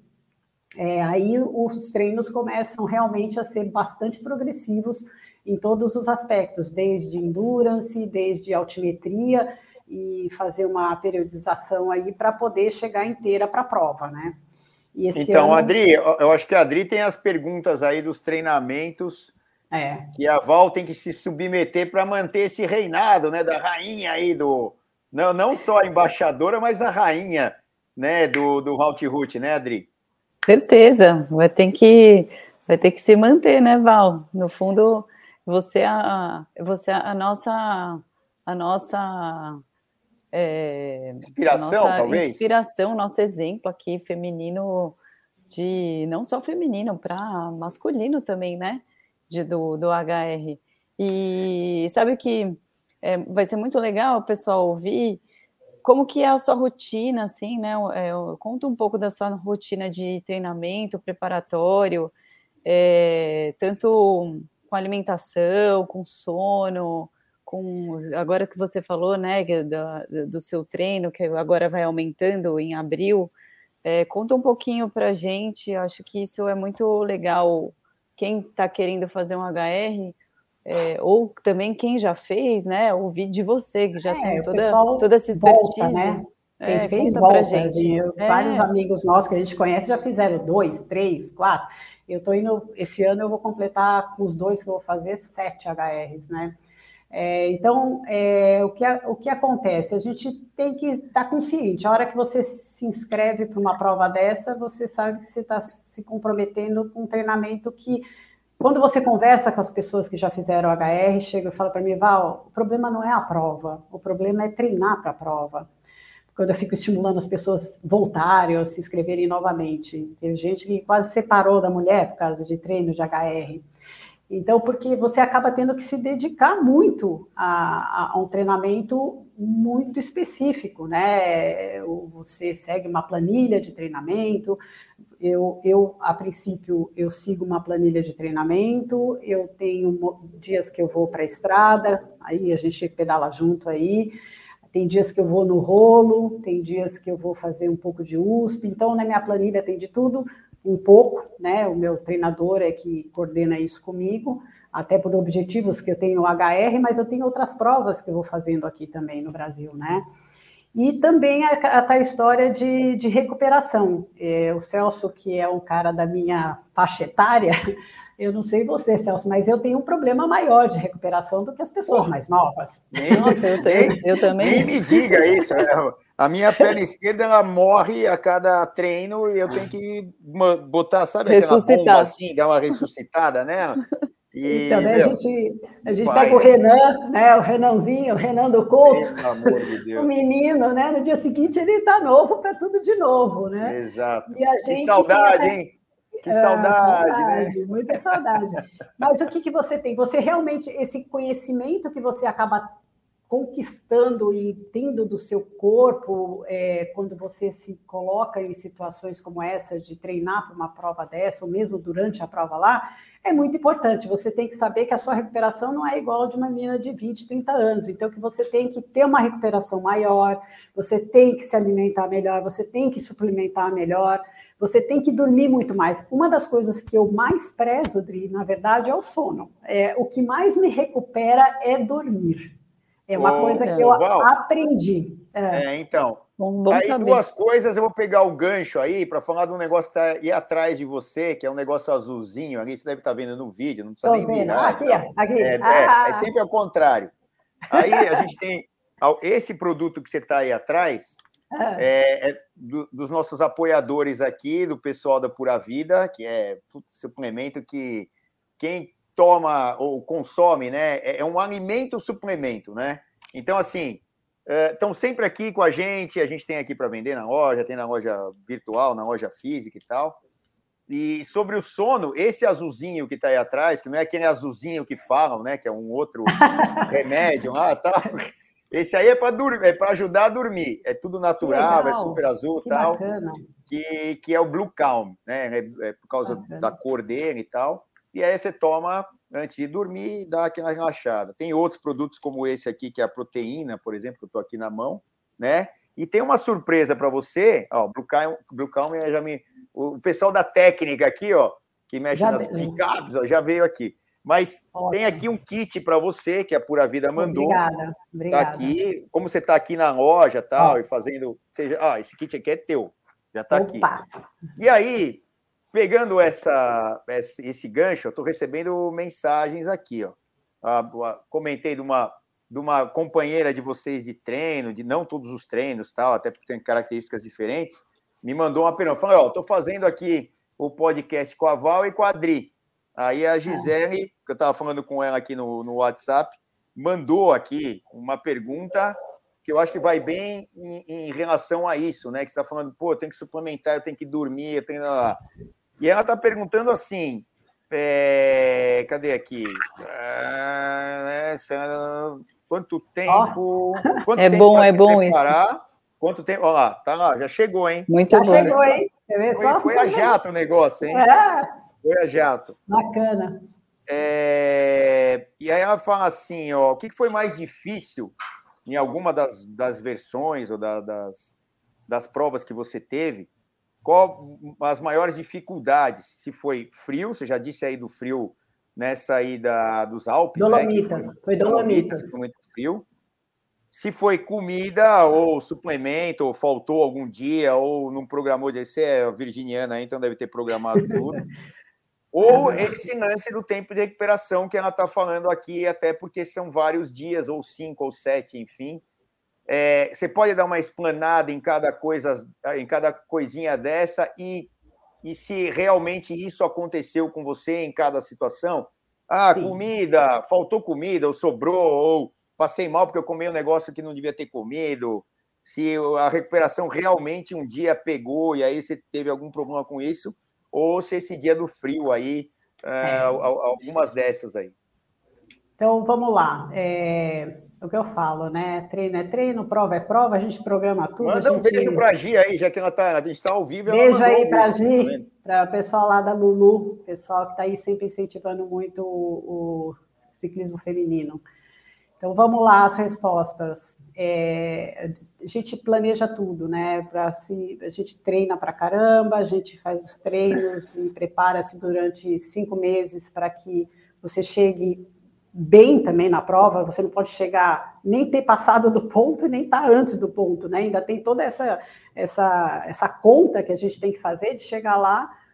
É, aí os treinos começam realmente a ser bastante progressivos em todos os aspectos, desde endurance, desde altimetria, e fazer uma periodização aí para poder chegar inteira para a prova, né? E esse então, ano... Adri, eu acho que a Adri tem as perguntas aí dos treinamentos. É. Que a Val tem que se submeter para manter esse reinado, né, da rainha aí do... Não, não só a embaixadora, mas a rainha, né, do, do Otto Ruth, né, Adri? Certeza, vai ter que, vai ter que se manter, né, Val? No fundo, você é a, você é a nossa... A nossa é, inspiração, a nossa talvez? Inspiração, nosso exemplo aqui, feminino, de não só feminino, para masculino também, né? De, do, do H R. E sabe que é, vai ser muito legal o pessoal ouvir como que é a sua rotina, assim, né? É, conta um pouco da sua rotina de treinamento preparatório, é, tanto com alimentação, com sono, com agora que você falou, né, do, do seu treino, que agora vai aumentando em abril. É, conta um pouquinho para a gente, acho que isso é muito legal. Quem está querendo fazer um H R, é, ou também quem já fez, né? Ouvir de você, que já é, tem toda, toda essa expertise. Volta, né? Quem é, fez, conta volta. Pra gente. Eu, é. Vários amigos nossos que a gente conhece já fizeram dois, três, quatro. Eu estou indo, esse ano eu vou completar com os dois que eu vou fazer, sete H Rs, né? É, então, é, o, que, o que acontece? A gente tem que estar consciente. A hora que você se inscreve para uma prova dessa, você sabe que você está se comprometendo com um treinamento que, quando você conversa com as pessoas que já fizeram H R, chega e fala para mim, Val, o problema não é a prova, o problema é treinar para a prova. Quando eu fico estimulando as pessoas voltarem ou se inscreverem novamente. Tem gente que quase separou da mulher por causa de treino de H R. Então, porque você acaba tendo que se dedicar muito a, a um treinamento muito específico, né? Você segue uma planilha de treinamento. Eu, eu, a princípio, eu sigo uma planilha de treinamento. Eu tenho dias que eu vou para a estrada, aí a gente pedala junto aí. Tem dias que eu vou no rolo, tem dias que eu vou fazer um pouco de U S P. Então, na minha planilha tem de tudo. Um pouco, né? O meu treinador é que coordena isso comigo, até por objetivos que eu tenho no H R, mas eu tenho outras provas que eu vou fazendo aqui também no Brasil, né? E também a, a, a história de, de recuperação. É, o Celso, que é um cara da minha faixa etária, Eu não sei você, Celso, mas eu tenho um problema maior de recuperação do que as pessoas Porra. mais novas. Nem, Nossa, eu, nem, eu também. Nem me diga isso. A minha perna esquerda, ela morre a cada treino e eu tenho que botar, sabe, aquela bomba assim, dar uma ressuscitada nela. E, então, né, meu, a gente, a gente pai, pega o Renan, né, o Renanzinho, o Renan do Couto, pelo amor de Deus. O menino, né, no dia seguinte ele está novo para tudo de novo, né? Exato. E a gente que saudade, essa... hein? Que saudade, é, saudade, né? Muita saudade. Mas o que, que você tem? Você realmente, esse conhecimento que você acaba conquistando e tendo do seu corpo, é, quando você se coloca em situações como essa, de treinar para uma prova dessa, ou mesmo durante a prova lá, é muito importante. Você tem que saber que a sua recuperação não é igual a de uma menina de vinte, trinta anos. Então, que você tem que ter uma recuperação maior, você tem que se alimentar melhor, você tem que suplementar melhor, você tem que dormir muito mais. Uma das coisas que eu mais prezo, Dri, na verdade, é o sono. É, o que mais me recupera é dormir. É uma Ô, coisa que eu Val, aprendi. É, é então. Bom, bom aí saber. Duas coisas, eu vou pegar o gancho aí para falar de um negócio que está aí atrás de você, que é um negócio azulzinho ali, você deve estar vendo no vídeo, não precisa Tô nem vendo. virar. Aqui, então. aqui. É, ah. é, é sempre ao contrário. Aí a gente tem esse produto que você está aí atrás, ah. é, é do, dos nossos apoiadores aqui, do pessoal da Pura Vida, que é um suplemento que quem toma ou consome, né? É um alimento suplemento, né? Então, assim, estão sempre aqui com a gente, a gente tem aqui para vender na loja, tem na loja virtual, na loja física e tal. E sobre o sono, esse azulzinho que está aí atrás, que não é aquele azulzinho que falam, né? Que é um outro remédio lá, tá? Esse aí é para dormir, é para ajudar a dormir. É tudo natural, é super azul e tal. Bacana. Que, que é o Blue Calm, né? É, é por causa bacana. Da cor dele e tal. E aí você toma antes de dormir e dá aquela relaxada. Tem outros produtos como esse aqui, que é a proteína, por exemplo, que eu estou aqui na mão, né? E tem uma surpresa para você, ó, Blue Calm, Blue Calm já me... O pessoal da técnica aqui, ó, que mexe já nas picapes, ó, já veio aqui. Mas ótimo. Tem aqui um kit para você, que a Pura Vida mandou. Obrigada, obrigada. Tá aqui, como você está aqui na loja tal, ó. E fazendo... Seja, ah, esse kit aqui é teu, já está aqui. E aí... Pegando essa, esse gancho, eu estou recebendo mensagens aqui. Ó. Comentei de uma, de uma companheira de vocês de treino, de não todos os treinos, tal, até porque tem características diferentes, me mandou uma pergunta. Falei, ó, estou fazendo aqui o podcast com a Val e com a Adri. Aí a Gisele, que eu estava falando com ela aqui no, no WhatsApp, mandou aqui uma pergunta que eu acho que vai bem em, em relação a isso, né? Que você está falando, pô, eu tenho que suplementar, eu tenho que dormir, eu tenho que... E ela está perguntando assim, é... cadê aqui? É... Quanto tempo? Quanto é tempo bom, é bom preparar? Isso. Quanto tempo? Olha lá, tá lá, já chegou, hein? Muito já bom. Já chegou, hein? Foi, foi a jato o negócio, hein? É. Foi a jato. Bacana. É... E aí ela fala assim, ó, o que foi mais difícil em alguma das, das versões ou da, das, das provas que você teve? Qual as maiores dificuldades? Se foi frio, você já disse aí do frio nessa aí da, dos Alpes, Dolomitas, né? foi, foi Dolomitas. Foi muito frio. Se foi comida ou suplemento, ou faltou algum dia, ou não programou, você é virginiana, então deve ter programado tudo. Ou esse lance do tempo de recuperação que ela está falando aqui, até porque são vários dias, ou cinco, ou sete, enfim. É, você pode dar uma explanada em cada coisa, em cada coisinha dessa e, e se realmente isso aconteceu com você em cada situação? Ah, Sim. comida, faltou comida, ou sobrou, ou passei mal porque eu comi um negócio que não devia ter comido. Se a recuperação realmente um dia pegou e aí você teve algum problema com isso, ou se esse dia do frio aí, é. algumas dessas aí. Então, vamos lá. É... O que eu falo, né? Treino é treino, prova é prova, a gente programa tudo. Manda gente... um beijo para a Gi aí, já que ela tá, a gente está ao vivo. Beijo aí para a Gi, para o pessoal lá da Lulu, pessoal que está aí sempre incentivando muito o, o ciclismo feminino. Então, vamos lá, as respostas. É, a gente planeja tudo, né? Pra se, a gente treina para caramba, a gente faz os treinos e prepara-se durante cinco meses para que você chegue bem também na prova. Você não pode chegar, nem ter passado do ponto e nem estar antes do ponto, né? Ainda tem toda essa, essa, essa conta que a gente tem que fazer de chegar lá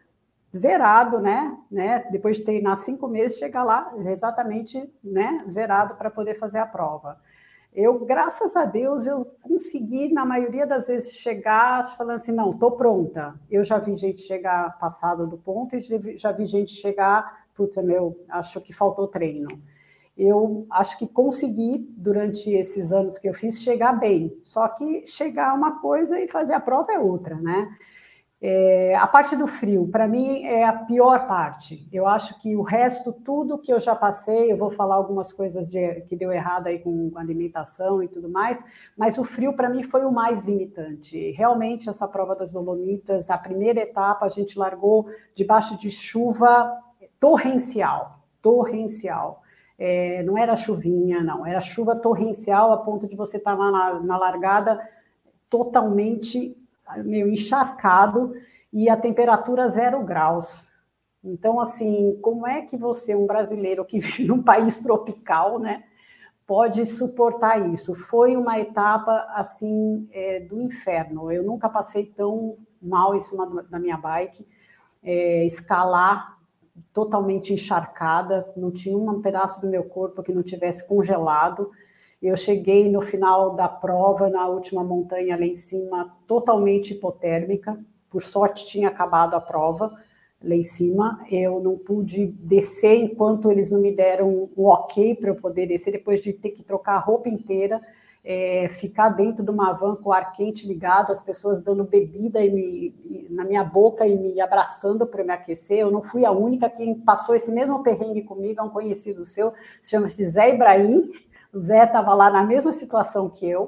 zerado, né? né? Depois de treinar cinco meses, chegar lá exatamente, né? Zerado para poder fazer a prova. Eu, graças a Deus, eu consegui, na maioria das vezes, chegar falando assim, não, estou pronta. Eu já vi gente chegar passado do ponto e já vi gente chegar, putz, meu, acho que faltou treino. Eu acho que consegui, durante esses anos que eu fiz, chegar bem. Só que chegar é uma coisa e fazer a prova é outra, né? É, a parte do frio, para mim, é a pior parte. Eu acho que o resto, tudo que eu já passei, eu vou falar algumas coisas de, que deu errado aí com alimentação e tudo mais, mas o frio, para mim, foi o mais limitante. Realmente, essa prova das Dolomitas, a primeira etapa, a gente largou debaixo de chuva torrencial, torrencial. É, não era chuvinha, não, era chuva torrencial a ponto de você estar na, na largada totalmente meio encharcado e a temperatura zero graus. Então, assim, como é que você, um brasileiro que vive num país tropical, né, pode suportar isso? Foi uma etapa, assim, é, do inferno. Eu nunca passei tão mal em cima da minha bike. É, escalar totalmente encharcada, não tinha um pedaço do meu corpo que não tivesse congelado. Eu cheguei no final da prova, na última montanha lá em cima, totalmente hipotérmica. Por sorte, tinha acabado a prova lá em cima. Eu não pude descer enquanto eles não me deram o ok para eu poder descer, depois de ter que trocar a roupa inteira, é, ficar dentro de uma van com o ar quente ligado, as pessoas dando bebida e me, e, na minha boca e me abraçando para me aquecer. Eu não fui a única. Quem passou esse mesmo perrengue comigo é um conhecido seu, chama-se Zé Ibrahim. O Zé estava lá na mesma situação que eu,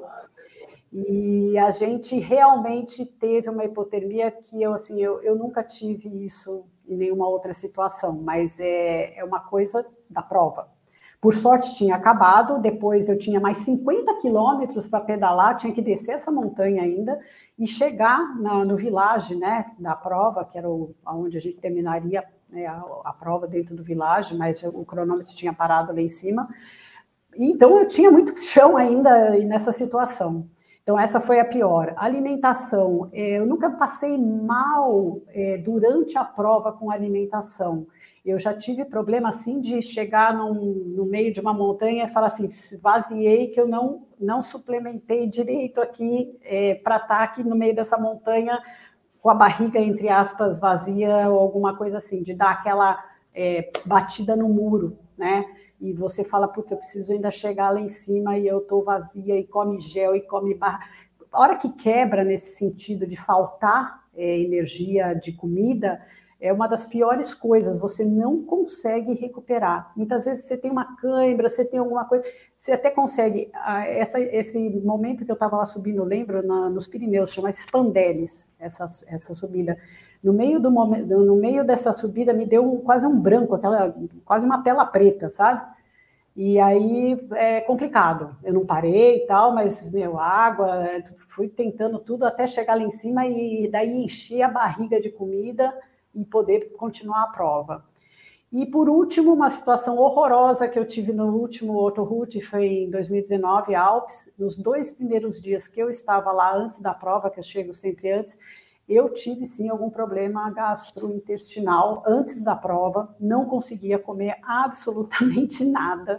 e a gente realmente teve uma hipotermia que eu, assim, eu, eu nunca tive isso em nenhuma outra situação, mas é, é uma coisa da prova. Por sorte, tinha acabado, depois eu tinha mais cinquenta quilômetros para pedalar, tinha que descer essa montanha ainda e chegar na, no village, né, da prova, que era o, onde a gente terminaria, né, a, a prova dentro do village, mas o cronômetro tinha parado lá em cima. Então, eu tinha muito chão ainda nessa situação. Então, essa foi a pior. Alimentação. Eu nunca passei mal é, durante a prova com alimentação. Eu já tive problema, assim, de chegar num, no meio de uma montanha e falar assim, vaziei que eu não, não suplementei direito aqui é, para estar aqui no meio dessa montanha com a barriga, entre aspas, vazia ou alguma coisa assim, de dar aquela é, batida no muro, né? E você fala, putz, eu preciso ainda chegar lá em cima e eu estou vazia, e come gel, e come barra. A hora que quebra nesse sentido de faltar é, energia de comida, é uma das piores coisas, você não consegue recuperar. Muitas vezes você tem uma cãibra, você tem alguma coisa, você até consegue. Essa, esse momento que eu estava lá subindo, lembro, na, nos Pirineus, chama Spandelis, essa, essa subida. No meio, do, no meio dessa subida me deu um, quase um branco, aquela, quase uma tela preta, sabe? E aí é complicado. Eu não parei e tal, mas, meu, água, fui tentando tudo até chegar lá em cima e daí encher a barriga de comida e poder continuar a prova. E, por último, uma situação horrorosa que eu tive no último Autoroute, foi em dois mil e dezenove, Alpes. Nos dois primeiros dias que eu estava lá, antes da prova, que eu chego sempre antes, eu tive, sim, algum problema gastrointestinal antes da prova, não conseguia comer absolutamente nada,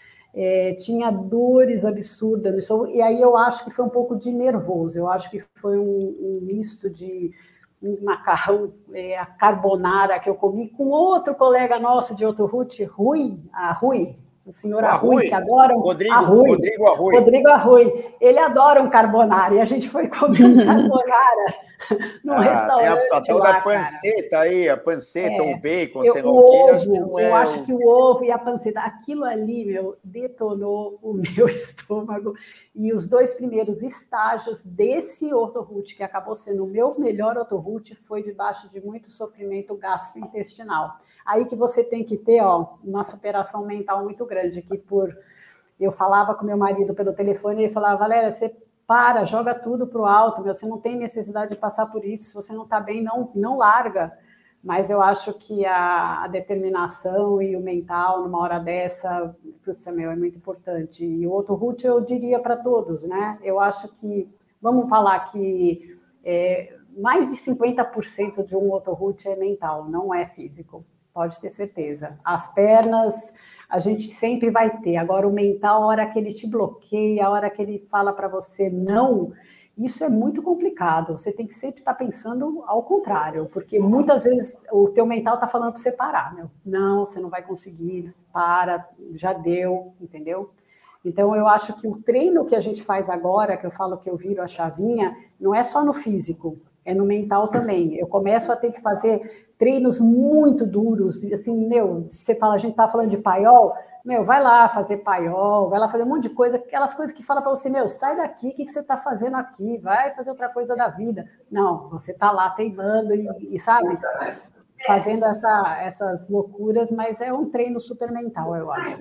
é, tinha dores absurdas, e aí eu acho que foi um pouco de nervoso, eu acho que foi um, um misto de um macarrão, é, a carbonara que eu comi com outro colega nosso de Autoroute, Rui, a Rui, o senhor Arrui, que adora um Rodrigo, Arrui, Rodrigo Arrui. Rodrigo Arrui, ele adora um carbonara, e a gente foi comer um carbonara no ah, restaurante tem a, a tal lá, da panceta, cara. Aí, a panceta, é, o bacon, eu, sei lá o o quê. Ovo, acho que não é eu acho o... que o ovo e a panceta, aquilo ali, meu, detonou o meu estômago. E os dois primeiros estágios desse Autoroute, que acabou sendo o meu melhor Autoroute, foi debaixo de muito sofrimento gastrointestinal. Aí que você tem que ter, ó, uma superação mental muito grande, que por... Eu falava com meu marido pelo telefone, e ele falava, Valéria, você para, joga tudo para o alto, meu, você não tem necessidade de passar por isso, se você não está bem, não, não larga. Mas eu acho que a, a determinação e o mental, numa hora dessa, isso, meu, é muito importante. E o Autoroute eu diria para todos, né? Eu acho que, vamos falar que é, mais de cinquenta por cento de um otorrute é mental, não é físico, pode ter certeza. As pernas, a gente sempre vai ter. Agora, o mental, a hora que ele te bloqueia, a hora que ele fala para você não, isso é muito complicado. Você tem que sempre estar pensando ao contrário, porque muitas vezes o teu mental está falando para você parar, meu. Não, você não vai conseguir, para, já deu, entendeu? Então, eu acho que o treino que a gente faz agora, que eu falo que eu viro a chavinha, não é só no físico, é no mental também. Eu começo a ter que fazer treinos muito duros, assim, meu, você fala, a gente tá falando de paiol, meu, vai lá fazer paiol, vai lá fazer um monte de coisa, aquelas coisas que fala para você, meu, sai daqui, o que, que você está fazendo aqui? Vai fazer outra coisa da vida. Não, você está lá teimando e, e, sabe, fazendo essa, essas loucuras, mas é um treino super mental, eu acho.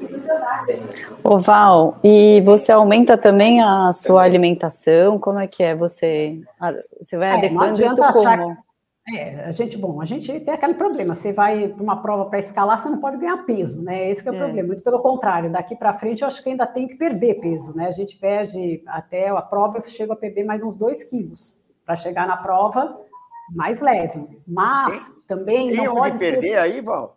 Ô Val, e você aumenta também a sua alimentação? Como é que é? Você, você vai é, adequando isso como? Achar... É, a gente, bom, a gente tem aquele problema, você vai para uma prova para escalar, você não pode ganhar peso, né? Esse que é o é. problema, muito pelo contrário, daqui para frente eu acho que ainda tem que perder peso, né? A gente perde, até a prova eu chego a perder mais uns dois quilos, para chegar na prova mais leve, mas tem, também tem não onde pode perder ser... aí, Val?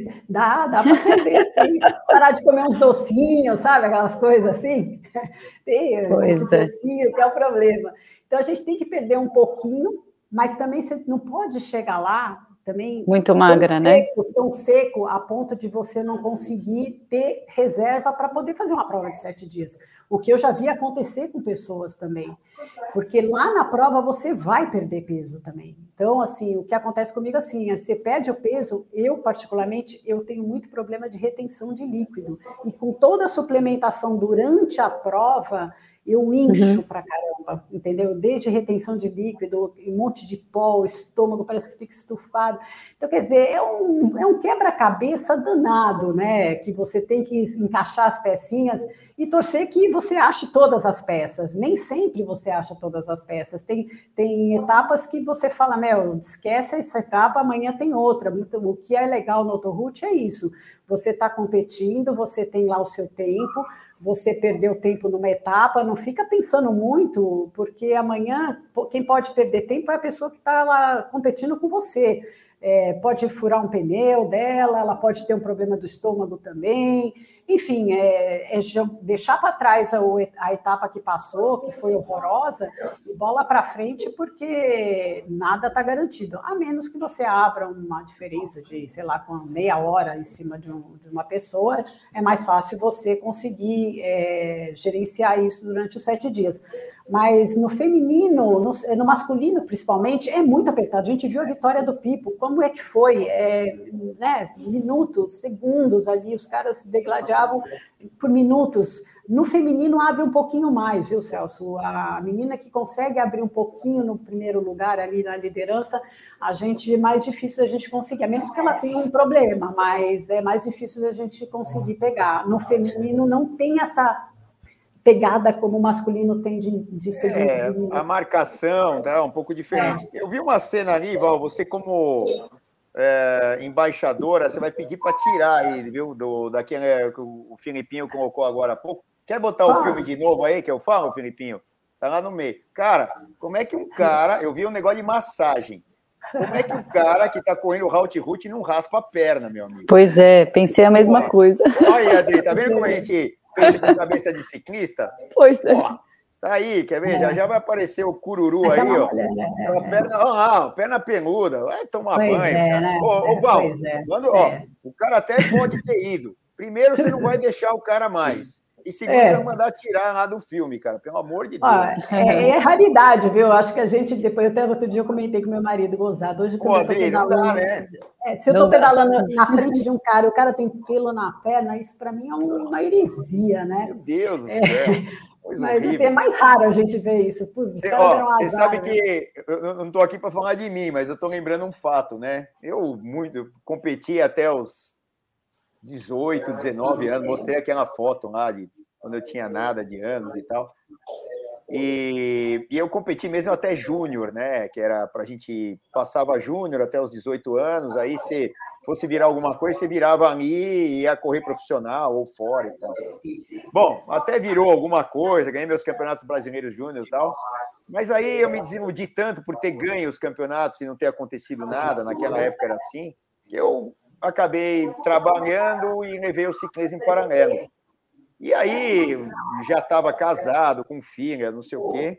Dá, dá para perder, sim. Parar de comer uns docinhos, sabe? Aquelas coisas assim. Tem esse docinho que é o problema. Então, a gente tem que perder um pouquinho, mas também você não pode chegar lá também muito magra, tão né? Seco, tão seco a ponto de você não conseguir ter reserva para poder fazer uma prova de sete dias. O que eu já vi acontecer com pessoas também. Porque lá na prova você vai perder peso também. Então, assim, o que acontece comigo assim, você perde o peso, eu particularmente, eu tenho muito problema de retenção de líquido. E com toda a suplementação durante a prova, eu incho uhum. pra caramba, entendeu? Desde retenção de líquido, um monte de pó, o estômago parece que fica estufado. Então, quer dizer, é um, é um quebra-cabeça danado, né? Que você tem que encaixar as pecinhas e torcer que você ache todas as peças. Nem sempre você acha todas as peças. Tem, tem etapas que você fala, meu, esquece essa etapa, amanhã tem outra. O que é legal no otorrute é isso. Você está competindo, você tem lá o seu tempo, você perdeu tempo numa etapa, não fica pensando muito, porque amanhã quem pode perder tempo é a pessoa que está lá competindo com você. É, pode furar um pneu dela, ela pode ter um problema do estômago também. Enfim, é, é deixar para trás a, a etapa que passou, que foi horrorosa, e bola para frente, porque nada está garantido. A menos que você abra uma diferença de, sei lá, com meia hora em cima de, um, de uma pessoa, é mais fácil você conseguir é, gerenciar isso durante os sete dias. Mas no feminino, no, no masculino principalmente, é muito apertado. A gente viu a vitória do Pipo, como é que foi? É, né, minutos, segundos ali, os caras se degladiavam por minutos. No feminino abre um pouquinho mais, viu, Celso? A menina que consegue abrir um pouquinho no primeiro lugar ali na liderança, a gente é mais difícil a gente conseguir, a menos que ela tenha um problema, mas é mais difícil a gente conseguir pegar. No feminino não tem essa pegada como o masculino tem de, de segundos. É, a marcação tá um pouco diferente. É. Eu vi uma cena ali, Val, você como é, embaixadora, você vai pedir para tirar ele, viu? Do, daquele que o Filipinho colocou agora há pouco. Quer botar ah. o filme de novo aí, que eu falo, Filipinho? Tá lá no meio. Cara, como é que um cara... Eu vi um negócio de massagem. Como é que o cara que tá correndo o Halt-Root não raspa a perna, meu amigo? Pois é, pensei a mesma Pô, coisa. Olha aí, Adri, tá vendo como a gente... Pense com cabeça de ciclista? Pois é. Ó, tá aí, quer ver? É. Já, já vai aparecer o cururu aí, ó. É, é. Perna, ó, perna peluda. Vai tomar pois banho, é, cara. Né? Ô, ô Val, é. quando, ó, é. o cara até pode ter ido. Primeiro, você não vai deixar o cara mais. E segundo, é. você vai mandar tirar lá do filme, cara. Pelo amor de Deus. Ah, é, é raridade, viu? Acho que a gente, depois, até outro dia eu comentei com meu marido, gozado. Hoje, quando Pô, eu tô Adri, pedalando, não dá, né? É, se eu tô pedalando dá. na frente de um cara e o cara tem pelo na perna, isso para mim é uma heresia, né? Meu Deus do é. céu. Mas assim, é mais raro a gente ver isso. Você azar, sabe né? que eu não estou aqui para falar de mim, mas eu estou lembrando um fato, né? Eu muito eu competi até os dezoito, dezenove anos, mostrei aquela foto lá de quando eu tinha nada de anos e tal. E, e eu competi mesmo até júnior, né? Que era para a gente passava júnior até os dezoito anos, aí se fosse virar alguma coisa, você virava ali e ia correr profissional ou fora e tal. Bom, até virou alguma coisa, ganhei meus campeonatos brasileiros júnior e tal. Mas aí eu me desiludi tanto por ter ganho os campeonatos e não ter acontecido nada, naquela época era assim, que eu acabei trabalhando e levei o ciclismo em paralelo. E aí já estava casado, com filha, não sei o quê,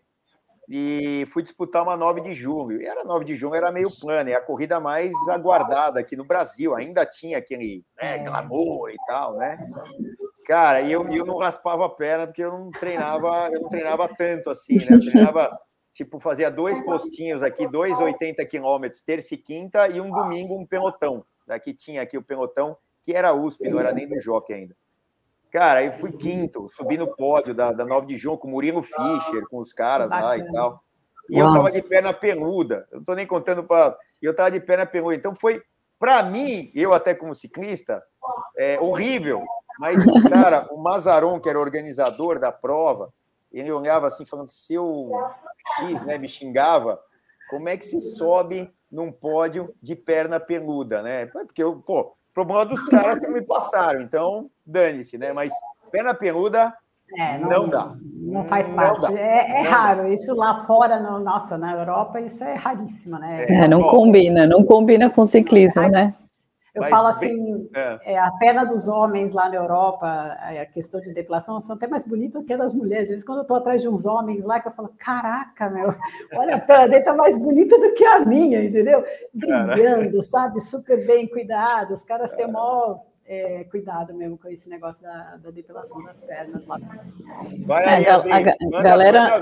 e fui disputar uma nove de julho. E era nove de julho, era meio plano, é a corrida mais aguardada aqui no Brasil. Ainda tinha aquele, né, glamour e tal, né? Cara, e eu, eu não raspava a perna porque eu não treinava, eu não treinava tanto assim, né? Eu treinava, tipo, fazia dois postinhos aqui, dois oitenta quilômetros, terça e quinta, e um domingo um pelotão. Daqui tinha aqui o pelotão, que era U S P, não era nem do Jockey ainda. Cara, eu fui quinto, subi no pódio da, da nove de junho com o Murilo Fischer, com os caras lá e tal. E eu tava de perna peluda, eu não tô nem contando para. Eu tava de perna peluda. Então foi, para mim, eu até como ciclista, é, horrível. Mas, cara, o Mazaron, que era o organizador da prova, ele olhava assim, falando, seu X, né, me xingava, como é que se sobe num pódio de perna peluda, né? Porque eu, pô, problema dos caras que me passaram, então dane-se, né? Mas perna peluda é, não, não dá. Não faz parte. Não é, é raro. Dá. Isso lá fora, no, nossa, na Europa, isso é raríssimo, né? É, não Bom, combina, não combina com ciclismo, é, né? Eu Mas falo assim, é. É, a perna dos homens lá na Europa, a questão de depilação, são até mais bonitas que a das mulheres. Às vezes, quando eu estou atrás de uns homens lá, que eu falo, caraca, meu, olha, a perna dele está mais bonita do que a minha, entendeu? Brilhando, Caraca. sabe? Super bem cuidado. Os caras têm o maior é, cuidado mesmo com esse negócio da, da depilação das pernas lá. Vai aí, é, a, a, a galera,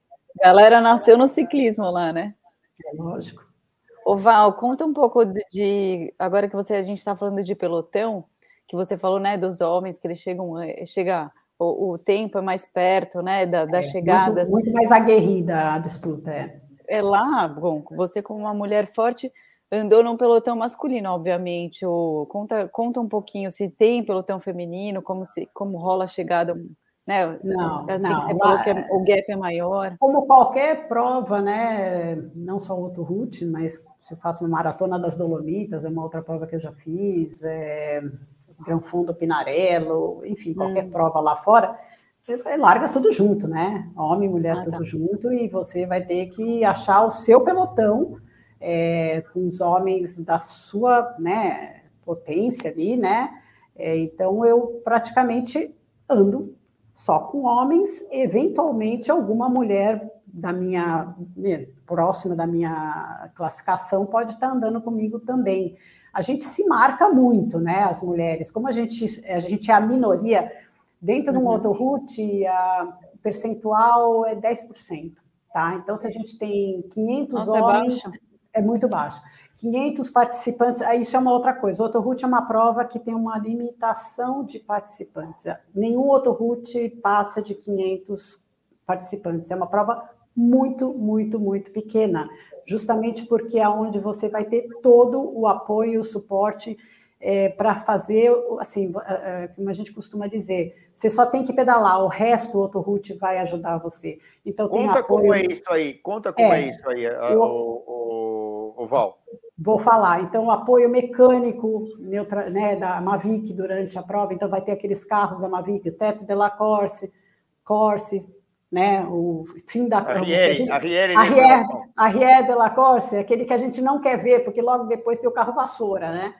galera nasceu no ciclismo lá, né? É lógico. Ô Val, conta um pouco de, de agora que você a gente está falando de pelotão, que você falou, né, dos homens que eles chegam, chega o, o tempo é mais perto, né, da, da é, chegada. Muito, muito mais aguerrida a disputa, é. É lá, bom, você como uma mulher forte andou num pelotão masculino, obviamente. Ou conta, conta um pouquinho se tem pelotão feminino, como se como rola a chegada. Né? Não, assim não, que você lá, falou que o gap é maior. Como qualquer prova, né? Não só o Otto Ruth, mas se eu faço uma maratona das Dolomitas, é uma outra prova que eu já fiz, é, Gran Fondo Pinarello, enfim, qualquer hum. prova lá fora, larga tudo junto, né? Homem e mulher ah, tudo tá. junto, e você vai ter que achar o seu pelotão é, com os homens da sua, né, potência ali, né? É, então eu praticamente ando só com homens, eventualmente alguma mulher da minha, né, próxima da minha classificação pode estar andando comigo também. A gente se marca muito, né, as mulheres, como a gente, a gente é a minoria, dentro uhum. de um Otto Ruth, o percentual é dez por cento, tá? Então, se a gente tem quinhentos Nossa, homens... É baixo. É muito baixo. quinhentos participantes, isso é uma outra coisa. O Otto Ruth é uma prova que tem uma limitação de participantes. Nenhum Otto Ruth passa de quinhentos participantes. É uma prova muito, muito, muito pequena, justamente porque é onde você vai ter todo o apoio, o suporte é, para fazer, assim, como a gente costuma dizer, você só tem que pedalar, o resto o Otto Ruth vai ajudar você. Então, tem Conta apoio... como é isso aí, conta como é, é isso aí, o, o, o Val. Vou falar. Então, o apoio mecânico neutra, né, da Mavic durante a prova, então vai ter aqueles carros da Mavic, Teto de la Corse, Corse, né, o fim da... Arriere, Arriere, Arriere, Arriere de la Corse, aquele que a gente não quer ver, porque logo depois tem o carro vassoura, né?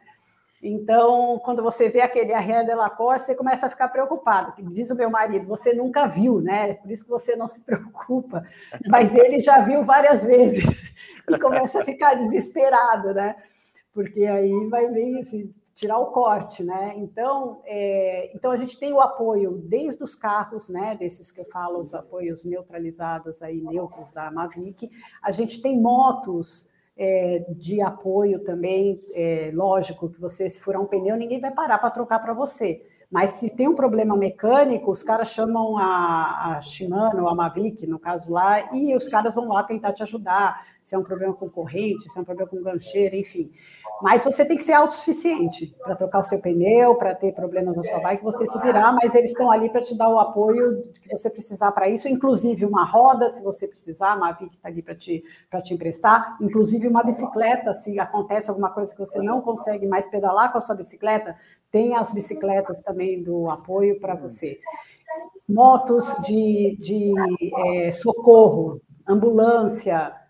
Então, quando você vê aquele Arriere de la Corse, você começa a ficar preocupado. Diz o meu marido, você nunca viu, né? Por isso que você não se preocupa. Mas ele já viu várias vezes e começa a ficar desesperado, né? Porque aí vai vir assim, tirar o corte, né? Então, é, então, a gente tem o apoio desde os carros, né? Desses que eu falo, os apoios neutralizados, aí, neutros da Mavic. A gente tem motos... É, de apoio também, é, lógico que você, se furar um pneu, ninguém vai parar para trocar para você. Mas se tem um problema mecânico, os caras chamam a, a Shimano, a Mavic, no caso lá, e os caras vão lá tentar te ajudar, se é um problema com corrente, se é um problema com gancheira, enfim. Mas você tem que ser autossuficiente para trocar o seu pneu, para ter problemas na sua bike, você se virar, mas eles estão ali para te dar o apoio que você precisar para isso, inclusive uma roda, se você precisar, a Mavic está ali para te, para te emprestar, inclusive uma bicicleta, se acontece alguma coisa que você não consegue mais pedalar com a sua bicicleta, tem as bicicletas também do apoio para você. Motos de, de é, socorro, ambulância,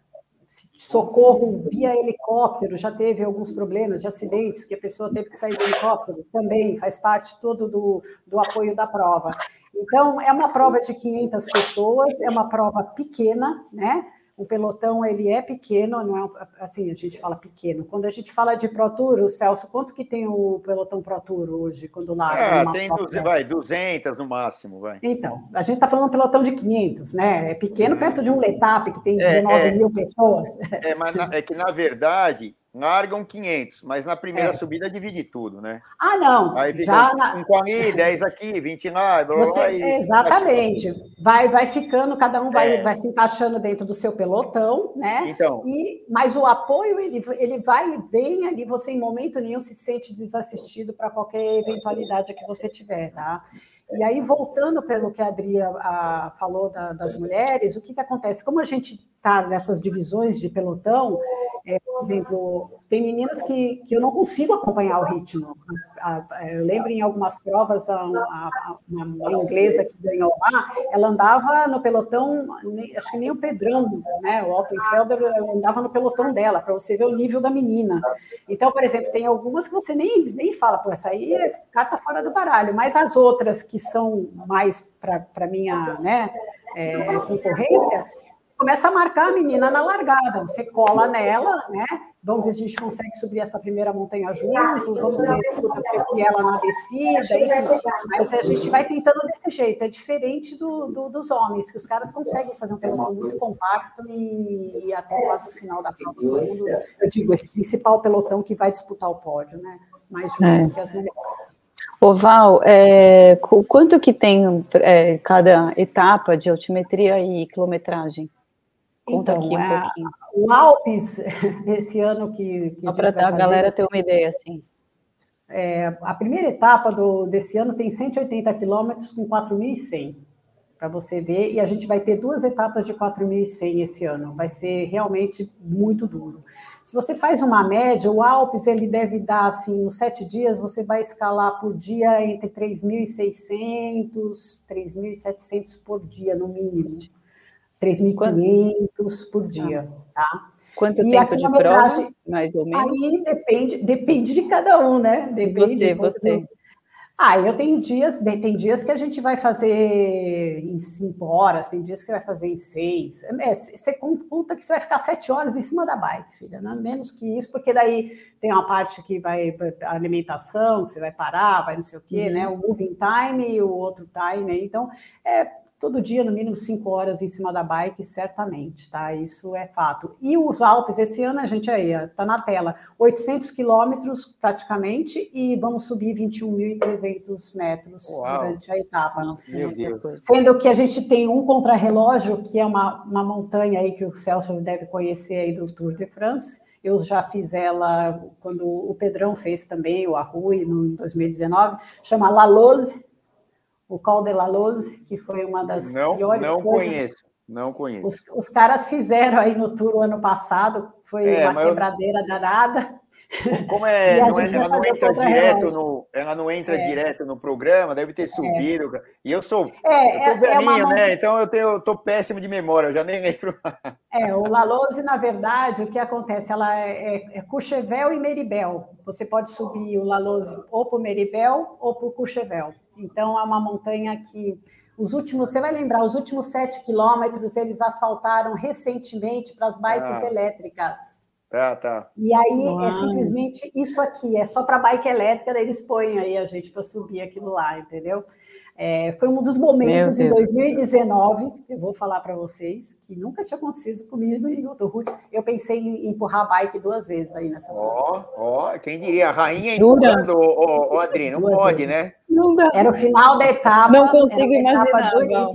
socorro via helicóptero, já teve alguns problemas de acidentes que a pessoa teve que sair do helicóptero, também faz parte todo do, do apoio da prova. Então, é uma prova de quinhentas pessoas, é uma prova pequena, né? O pelotão, ele é pequeno, não é assim, a gente fala pequeno. Quando a gente fala de Pro Tour, o Celso, quanto que tem o pelotão Pro Tour hoje, quando larga? Ah, tem duzentas, vai, duzentas no máximo, vai. Então, a gente está falando de um pelotão de quinhentos, né? É pequeno perto de um Letap, que tem dezenove é, é, mil pessoas. É, mas na, é que, na verdade, largam quinhentos, mas na primeira é. subida divide tudo, né? Ah, não. Aí fica cinco ali, dez aqui, vinte lá, blá, Você, blá, e... Exatamente. Vai, vai ficando, cada um vai, é. vai se encaixando dentro do seu pelotão, né? Então. E, mas o apoio, ele, ele vai e vem ali, você em momento nenhum se sente desassistido para qualquer eventualidade que você tiver, tá? E aí, voltando pelo que a Adri a, falou da, das mulheres, o que, que acontece? Como a gente está nessas divisões de pelotão, é, por exemplo, tem meninas que, que eu não consigo acompanhar o ritmo. A, a, eu lembro em algumas provas, a, a, uma inglesa que ganhou lá, ela andava no pelotão, acho que nem o Pedrão, né? O Altenfelder andava no pelotão dela, para você ver o nível da menina. Então, por exemplo, tem algumas que você nem, nem fala, pô, essa aí é carta fora do baralho, mas as outras que são mais para minha, né, é, concorrência, começa a marcar a menina na largada, você cola nela, né? Vamos ver se a gente consegue subir essa primeira montanha junto, vamos ver se ela na descida, enfim. Mas a gente vai tentando desse jeito, é diferente do, do, dos homens, que os caras conseguem fazer um pelotão muito compacto e, e até quase o final da prova. Eu digo, esse principal pelotão que vai disputar o pódio, né? Mais junto é. que as mulheres. Ô Val, é, quanto que tem é, cada etapa de altimetria e quilometragem? Conta então, aqui um é, pouquinho. O Alpes, esse ano que... que Só para a galera ter uma ideia, assim. É, a primeira etapa do, desse ano tem cento e oitenta quilômetros com quatro mil e cem, para você ver, e a gente vai ter duas etapas de quatro mil e cem esse ano. Vai ser realmente muito duro. Se você faz uma média, o Alpes ele deve dar, assim, nos sete dias, você vai escalar por dia entre três mil e seiscentos, três mil e setecentos por dia, no mínimo. três mil e quinhentos por dia, tá? Quanto e tempo de prova, mais ou menos? Aí depende, depende de cada um, né? Depende você, você. Do... Ah, eu tenho dias, tem dias que a gente vai fazer em cinco horas, tem dias que você vai fazer em seis. É, você computa que você vai ficar sete horas em cima da bike, filha, não é menos que isso, porque daí tem uma parte que vai a alimentação, que você vai parar, vai não sei o quê, uhum. né? O moving time e o outro time. Então, é todo dia, no mínimo, cinco horas em cima da bike, certamente, tá? Isso é fato. E os Alpes, esse ano, a gente aí, está na tela, oitocentos quilômetros praticamente, e vamos subir vinte e um mil e trezentos metros Uau. Durante a etapa. Nossa, meu Deus. Sendo que a gente tem um contrarrelógio, que é uma, uma montanha aí que o Celso deve conhecer aí do Tour de France. Eu já fiz ela quando o Pedrão fez também, o Arrui, no dois mil e dezenove, chama La Loze, o Col de la Loze, que foi uma das não, piores não coisas. Conheço, não conheço. Os, os caras fizeram aí no Tour o ano passado, foi é, uma quebradeira eu... danada. Como é, não é ela não entra direto no, ela não entra é. direto no programa, deve ter subido. É. E eu sou, é, eu tô velhinho, é uma... né? Então eu tenho, eu tô péssimo de memória, eu já nem lembro. É, o La Loze, na verdade, o que acontece? Ela é, é Courchevel e Méribel. Você pode subir o La Loze ou para o Méribel ou para o Courchevel. Então, é uma montanha que, os últimos, você vai lembrar, os últimos sete quilômetros, eles asfaltaram recentemente para as bikes ah, elétricas. Tá, tá. E aí, Uau. É simplesmente isso aqui, é só para bike elétrica, daí eles põem aí a gente para subir aquilo lá, entendeu? É, foi um dos momentos em dois mil e dezenove, eu vou falar para vocês, que nunca tinha acontecido comigo em Autoroute. Eu pensei em empurrar a bike duas vezes aí nessa subida. Ó, ó, quem diria, a rainha empurrando, ó, ó, Adri, não duas pode, vezes. Né? Não dá. Era o final da etapa. Não consigo imaginar.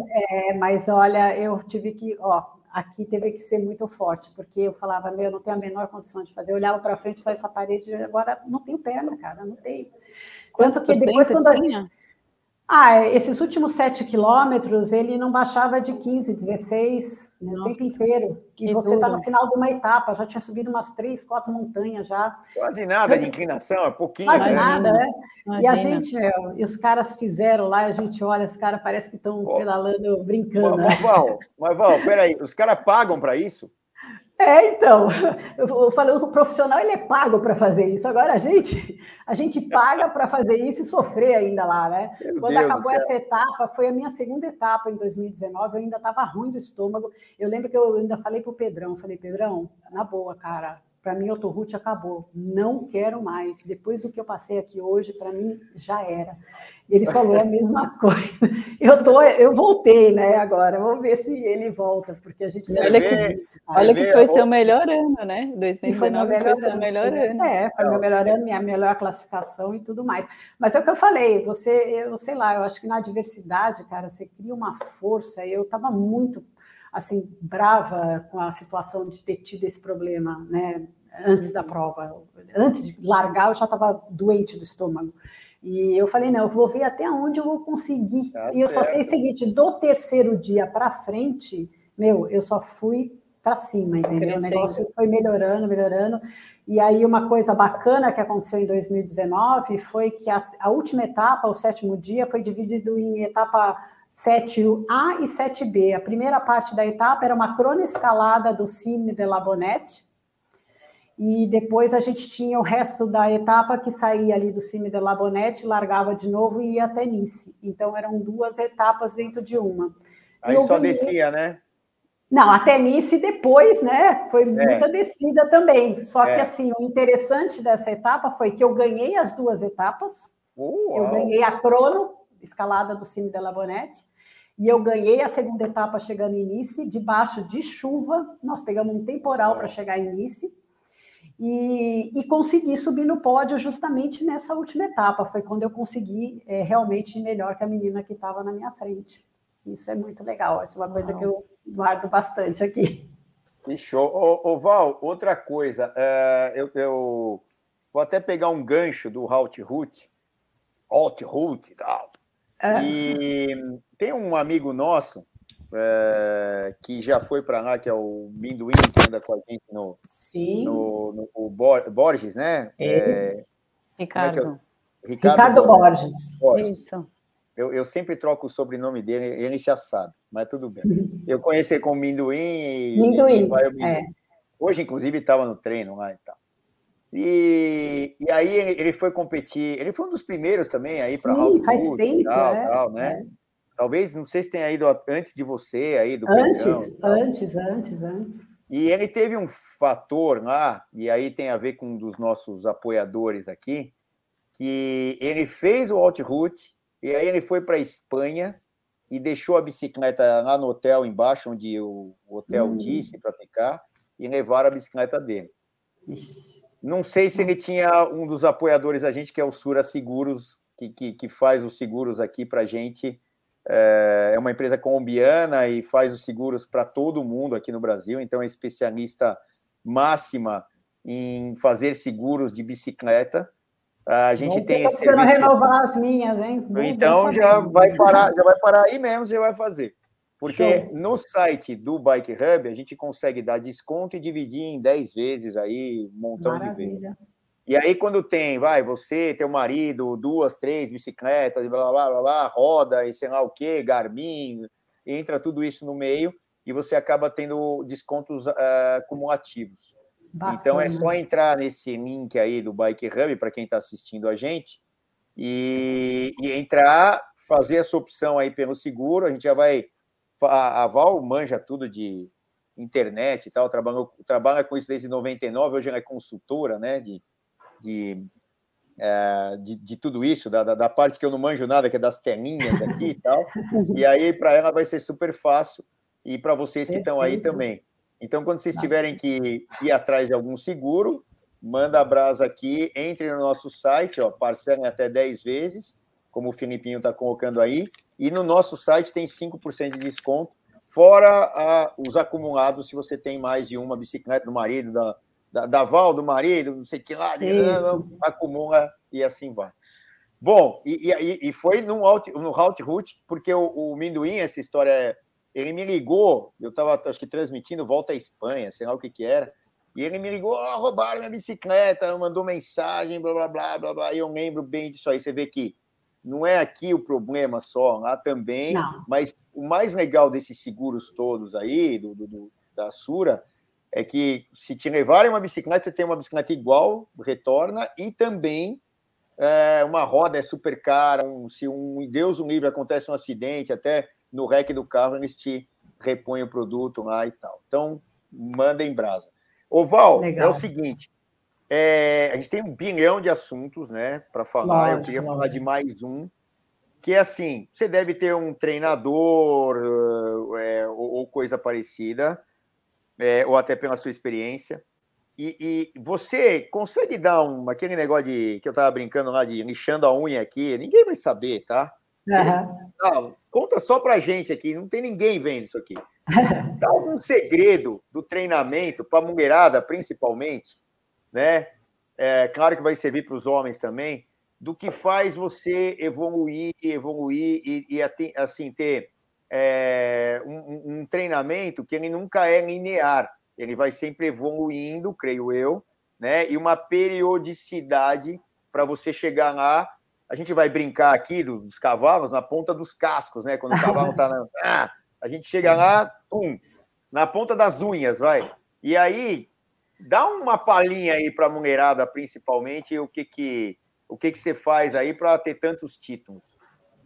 É, mas olha, eu tive que, ó, aqui teve que ser muito forte, porque eu falava, meu, eu não tenho a menor condição de fazer. Eu olhava para frente e falei, essa parede, agora não tenho perna, cara, não tenho. Tanto que depois, quando... Tinha? Ah, esses últimos sete quilômetros, ele não baixava de quinze, dezesseis, né, o tempo inteiro. E você está no final de uma etapa, já tinha subido umas três, quatro montanhas já. Quase nada de inclinação, é pouquinho, Quase né? nada, né? Imagina. E a gente, meu, e os caras fizeram lá, a gente olha, os caras parecem que estão oh, pedalando, brincando. Mas, Val, mas Val, peraí, os caras pagam para isso? É, então, eu falei, o profissional ele é pago para fazer isso. Agora a gente, a gente paga para fazer isso e sofrer ainda lá, né? Meu Quando Deus acabou essa etapa, foi a minha segunda etapa em dois mil e dezenove, eu ainda estava ruim do estômago. Eu lembro que eu ainda falei para o Pedrão, falei, Pedrão, na boa, cara, para mim, Autoroute acabou. Não quero mais. Depois do que eu passei aqui hoje, para mim, já era. Ele falou a mesma coisa. Eu, tô, eu voltei, né, agora. Vamos ver se ele volta, porque a gente... Olha que, olha que foi seu melhor ano, né? dois mil e dezenove foi seu melhor ano. É, foi meu melhor ano, minha melhor classificação e tudo mais. Mas é o que eu falei, você, eu sei lá, eu acho que na adversidade, cara, você cria uma força. Eu estava muito... assim, brava com a situação de ter tido esse problema, né, antes da prova. Antes de largar, eu já estava doente do estômago. E eu falei, não, eu vou ver até onde eu vou conseguir. Tá e eu certo. Só sei o seguinte, do terceiro dia para frente, meu, eu só fui para cima, entendeu? Crescendo. O negócio foi melhorando, melhorando. E aí uma coisa bacana que aconteceu em dois mil e dezenove foi que a, a última etapa, o sétimo dia, foi dividido em etapa sete A e sete B. A primeira parte da etapa era uma cronoescalada do Cime de la Bonette, e depois a gente tinha o resto da etapa que saía ali do Cime de la Bonette, largava de novo e ia até Nice. Então eram duas etapas dentro de uma. Aí só ganhei... descia, né? Não, até Nice depois, né? Foi muita é. descida também. Só é. que assim, o interessante dessa etapa foi que eu ganhei as duas etapas. Uau. Eu ganhei a crono, escalada do Cime de la Bonette, e eu ganhei a segunda etapa chegando em Nice, debaixo de chuva. Nós pegamos um temporal para chegar em Nice, e, e consegui subir no pódio justamente nessa última etapa. Foi quando eu consegui é, realmente ir melhor que a menina que estava na minha frente. Isso é muito legal, essa é uma coisa Uau. que eu guardo bastante aqui. Que show. Ô, ô Val, outra coisa, é, eu, eu vou até pegar um gancho do Autoroute, Autoroute e tal. E tem um amigo nosso é, que já foi para lá, que é o Minduim, que anda com a gente no, Sim. no, no o Borges, né? É, Ricardo. É é? Ricardo. Ricardo Borges. Borges. Isso. Eu, eu sempre troco o sobrenome dele, ele já sabe, mas tudo bem. Eu conheci ele como Minduim. E, Minduim, e, é. Hoje, inclusive, estava no treino lá e tal. E, e aí ele foi competir, ele foi um dos primeiros também aí para Sim, faz tempo, e tal, é, tal, né? É. Talvez, não sei se tenha ido antes de você aí, do Antes, Pedrão, antes, antes, antes. E ele teve um fator lá, e aí tem a ver com um dos nossos apoiadores aqui, que ele fez o Autoroute, e aí ele foi para a Espanha e deixou a bicicleta lá no hotel embaixo, onde o hotel hum. disse para ficar, e levaram a bicicleta dele. Ixi. Não sei se ele tinha um dos apoiadores da gente, que é o Sura Seguros, que, que, que faz os seguros aqui para a gente. É uma empresa colombiana e faz os seguros para todo mundo aqui no Brasil, então é especialista máxima em fazer seguros de bicicleta. A gente Bom, tem esse serviço... Eu renovar as minhas, hein? Bom, então já vai parar, já vai parar aí mesmo, você vai fazer. Porque Show. No site do Bike Hub, a gente consegue dar desconto e dividir em dez vezes aí, um montão Maravilha. de vezes. E aí, quando tem, vai, você, teu marido, duas, três bicicletas, blá, blá, blá, blá, roda e sei lá o quê, Garmin, entra tudo isso no meio e você acaba tendo descontos uh, cumulativos. Bacana. Então, é só entrar nesse link aí do Bike Hub, para quem está assistindo a gente, e, e entrar, fazer essa opção aí pelo seguro, a gente já vai... A Val manja tudo de internet e tal, trabalha, trabalha com isso desde noventa e nove, hoje ela é consultora, né, de, de, é, de, de tudo isso, da, da parte que eu não manjo nada, que é das telinhas aqui e tal, e aí para ela vai ser super fácil, e para vocês que estão aí também. Então, quando vocês tiverem que ir atrás de algum seguro, manda a brasa aqui, entre no nosso site, ó, parcelem até dez vezes, como o Filipinho está colocando aí, e no nosso site tem cinco por cento de desconto, fora a, os acumulados, se você tem mais de uma bicicleta do marido, da, da, da Val, do marido, não sei o que lá, não, acumula e assim vai. Bom, e, e, e foi no Alt, no Route, porque o, o Minduim, essa história, ele me ligou, eu estava, acho que, transmitindo Volta à Espanha, sei lá o que que era, e ele me ligou, oh, roubaram minha bicicleta, mandou mensagem, blá, blá, blá, blá, blá, e eu lembro bem disso aí. Você vê que não é aqui o problema só, lá também, não. Mas o mais legal desses seguros todos aí, do, do, do, da Sura, é que se te levarem uma bicicleta, você tem uma bicicleta igual, retorna, e também é, uma roda é super cara, um, se um Deus o livre acontece um acidente, até no R E C do carro eles te repõem o produto lá e tal. Então, manda em brasa. Ô, Val, legal. É o seguinte, é, a gente tem um bilhão de assuntos, né, para falar. Lógico, eu queria lógico. falar de mais um, que é assim, você deve ter um treinador é, ou, ou coisa parecida, é, ou até pela sua experiência, e, e você consegue dar um, aquele negócio de, que eu estava brincando lá, de lixando a unha aqui, ninguém vai saber, tá? Uhum. Não, conta só pra gente aqui, não tem ninguém vendo isso aqui. Dá algum segredo do treinamento para a mulherada, principalmente, né? É, claro que vai servir para os homens também, do que faz você evoluir, evoluir e, e assim, ter é, um, um treinamento que ele nunca é linear, ele vai sempre evoluindo, creio eu, né? E uma periodicidade para você chegar lá. A gente vai brincar aqui dos cavalos na ponta dos cascos, né? Quando o cavalo está na... Ah, a gente chega lá, pum, na ponta das unhas, vai. E aí, dá uma palhinha aí para a mulherada, principalmente, o que que, o que que você faz aí para ter tantos títulos?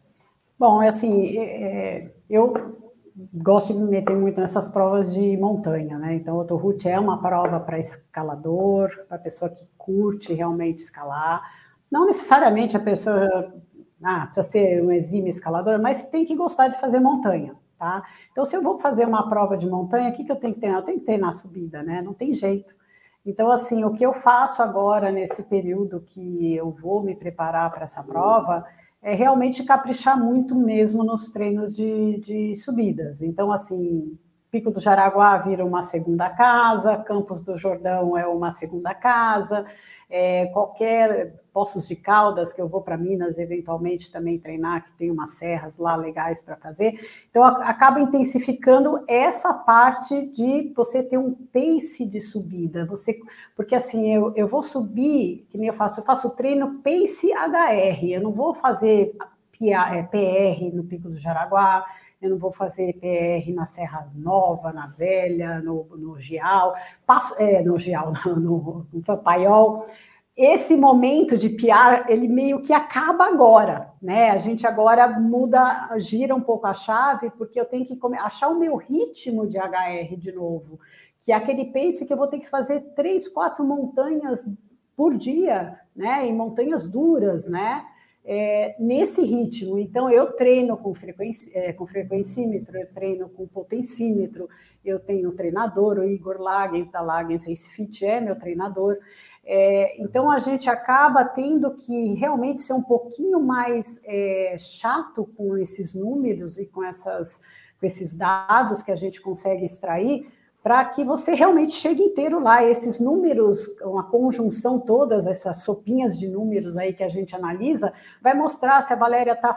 Bom, é assim, é, eu gosto de me meter muito nessas provas de montanha, né? Então, o Autoroute é uma prova para escalador, para pessoa que curte realmente escalar. Não necessariamente a pessoa ah, precisa ser um exímio escalador, mas tem que gostar de fazer montanha, tá? Então, se eu vou fazer uma prova de montanha, o que, que eu tenho que treinar? Eu tenho que treinar a subida, né? Não tem jeito. Então, assim, o que eu faço agora, nesse período que eu vou me preparar para essa prova, é realmente caprichar muito mesmo nos treinos de, de subidas. Então, assim, Pico do Jaraguá vira uma segunda casa, Campos do Jordão é uma segunda casa, é, qualquer Poços de Caldas, que eu vou para Minas eventualmente também treinar, que tem umas serras lá legais para fazer. Então, acaba intensificando essa parte de você ter um pace de subida. Você, porque assim, eu, eu vou subir, que nem eu faço, eu faço treino pace H R, eu não vou fazer P R no Pico do Jaraguá, eu não vou fazer P R na Serra Nova, na Velha, no, no Gial, passo, é, no Gial, no, no Paiol. Esse momento de P R, ele meio que acaba agora, né? A gente agora muda, gira um pouco a chave, porque eu tenho que achar o meu ritmo de H R de novo, que é aquele pace que eu vou ter que fazer três, quatro montanhas por dia, né? E montanhas duras, né? É, nesse ritmo. Então, eu treino com, frequência, é, com frequencímetro, eu treino com potencímetro, eu tenho um treinador, o Igor Lagens, da Lagens Race Fit, é meu treinador. É, então, a gente acaba tendo que realmente ser um pouquinho mais é, chato com esses números e com, essas, com esses dados que a gente consegue extrair, para que você realmente chegue inteiro lá. Esses números, uma conjunção, todas essas sopinhas de números aí que a gente analisa, vai mostrar se a Valéria está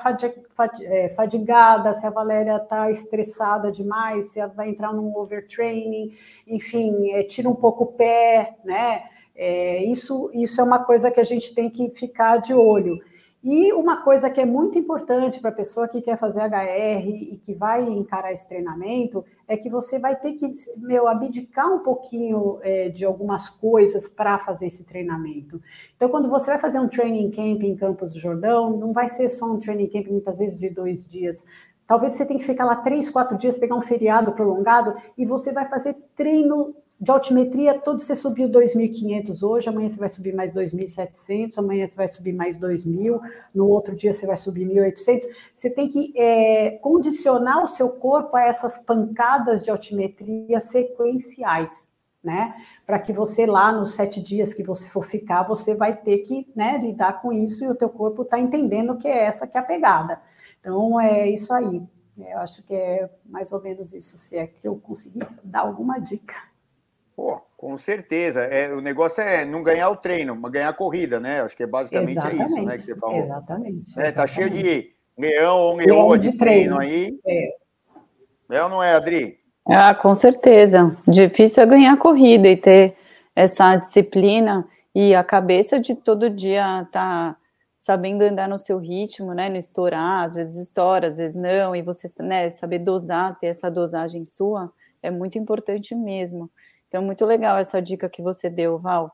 fadigada, se a Valéria está estressada demais, se ela vai entrar num overtraining, enfim, é, tira um pouco o pé, né? É, isso, isso é uma coisa que a gente tem que ficar de olho. E uma coisa que é muito importante para a pessoa que quer fazer H R e que vai encarar esse treinamento é que você vai ter que, meu, abdicar um pouquinho é, de algumas coisas para fazer esse treinamento. Então, quando você vai fazer um training camp em Campos do Jordão, não vai ser só um training camp, muitas vezes, de dois dias. Talvez você tenha que ficar lá três, quatro dias, pegar um feriado prolongado e você vai fazer treino de altimetria, todo você subiu dois mil e quinhentos hoje, amanhã você vai subir mais dois mil e setecentos, amanhã você vai subir mais dois mil, no outro dia você vai subir mil e oitocentos. Você tem que é, condicionar o seu corpo a essas pancadas de altimetria sequenciais, né? Para que você lá nos sete dias que você for ficar, você vai ter que, né, lidar com isso e o teu corpo está entendendo que é essa que é a pegada. Então, é isso aí. Eu acho que é mais ou menos isso, se é que eu conseguir dar alguma dica. Pô, com certeza. É, o negócio é não ganhar o treino, mas ganhar a corrida, né? Acho que é basicamente Exatamente, é isso, né, que você falou. Exatamente. É, tá cheio exatamente. de leão ou Leão leoa de, de treino, treino. aí. É. É ou não é, Adri? Ah, com certeza. Difícil é ganhar corrida e ter essa disciplina e a cabeça de todo dia tá sabendo andar no seu ritmo, né? Não estourar, às vezes estoura, às vezes não, e você, né, saber dosar, ter essa dosagem sua é muito importante mesmo. Então, muito legal essa dica que você deu, Val.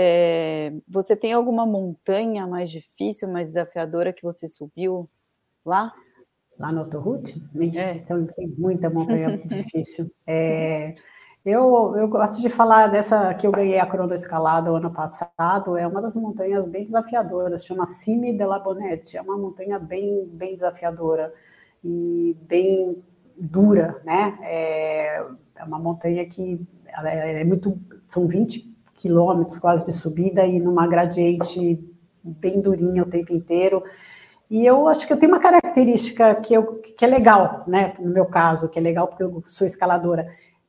É, você tem alguma montanha mais difícil, mais desafiadora que você subiu lá? Lá no Autoroute? Ixi, É. então tem muita montanha difícil. É, eu, eu gosto de falar dessa que eu ganhei a cronoescalada o ano passado, é uma das montanhas bem desafiadoras, chama Cime de la Bonette, é uma montanha bem, bem desafiadora e bem dura, né? É, é uma montanha que ela é, é muito, são vinte quilômetros quase de subida e numa gradiente bem durinha o tempo inteiro. E eu acho que eu tenho uma característica que, eu, que é legal, né? No meu caso, que é legal porque eu sou escaladora.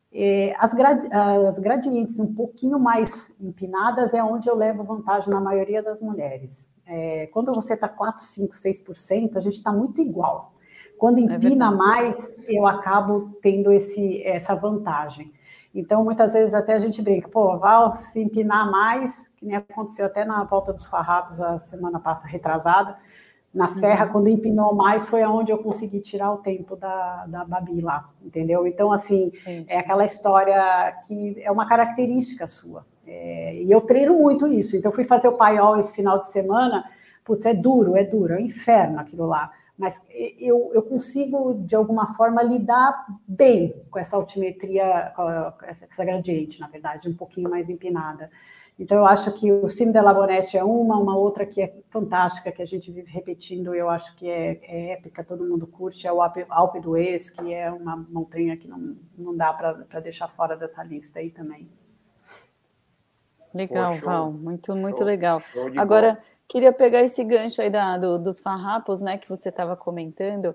É, as, gradi as gradientes um pouquinho mais empinadas é onde eu levo vantagem na maioria das mulheres. É, quando você está quatro, cinco, seis por cento, a gente está muito igual. Quando empina é mais, eu acabo tendo esse, essa vantagem. Então, muitas vezes até a gente brinca, pô, Val, se empinar mais, que nem aconteceu até na volta dos farrapos a semana passada, retrasada, na Serra, uhum. Quando empinou mais, foi onde eu consegui tirar o tempo da, da Babi lá, entendeu? Então, assim, Sim. é aquela história que é uma característica sua. É, e eu treino muito isso. Então, fui fazer o paiol esse final de semana. Putz, é duro, é duro, é um inferno aquilo lá. Mas eu, eu consigo, de alguma forma, lidar bem com essa altimetria, com essa gradiente, na verdade, um pouquinho mais empinada. Então, eu acho que o Cime de la Bonette é uma, uma outra que é fantástica, que a gente vive repetindo, eu acho que é, é épica, todo mundo curte, é o Alpe, Alpe d'Huez, que é uma montanha que não, não dá para deixar fora dessa lista aí também. Legal, Pô, Val, muito, show, muito legal. Show Agora, bola. Queria pegar esse gancho aí da, do, dos farrapos, né, que você estava comentando,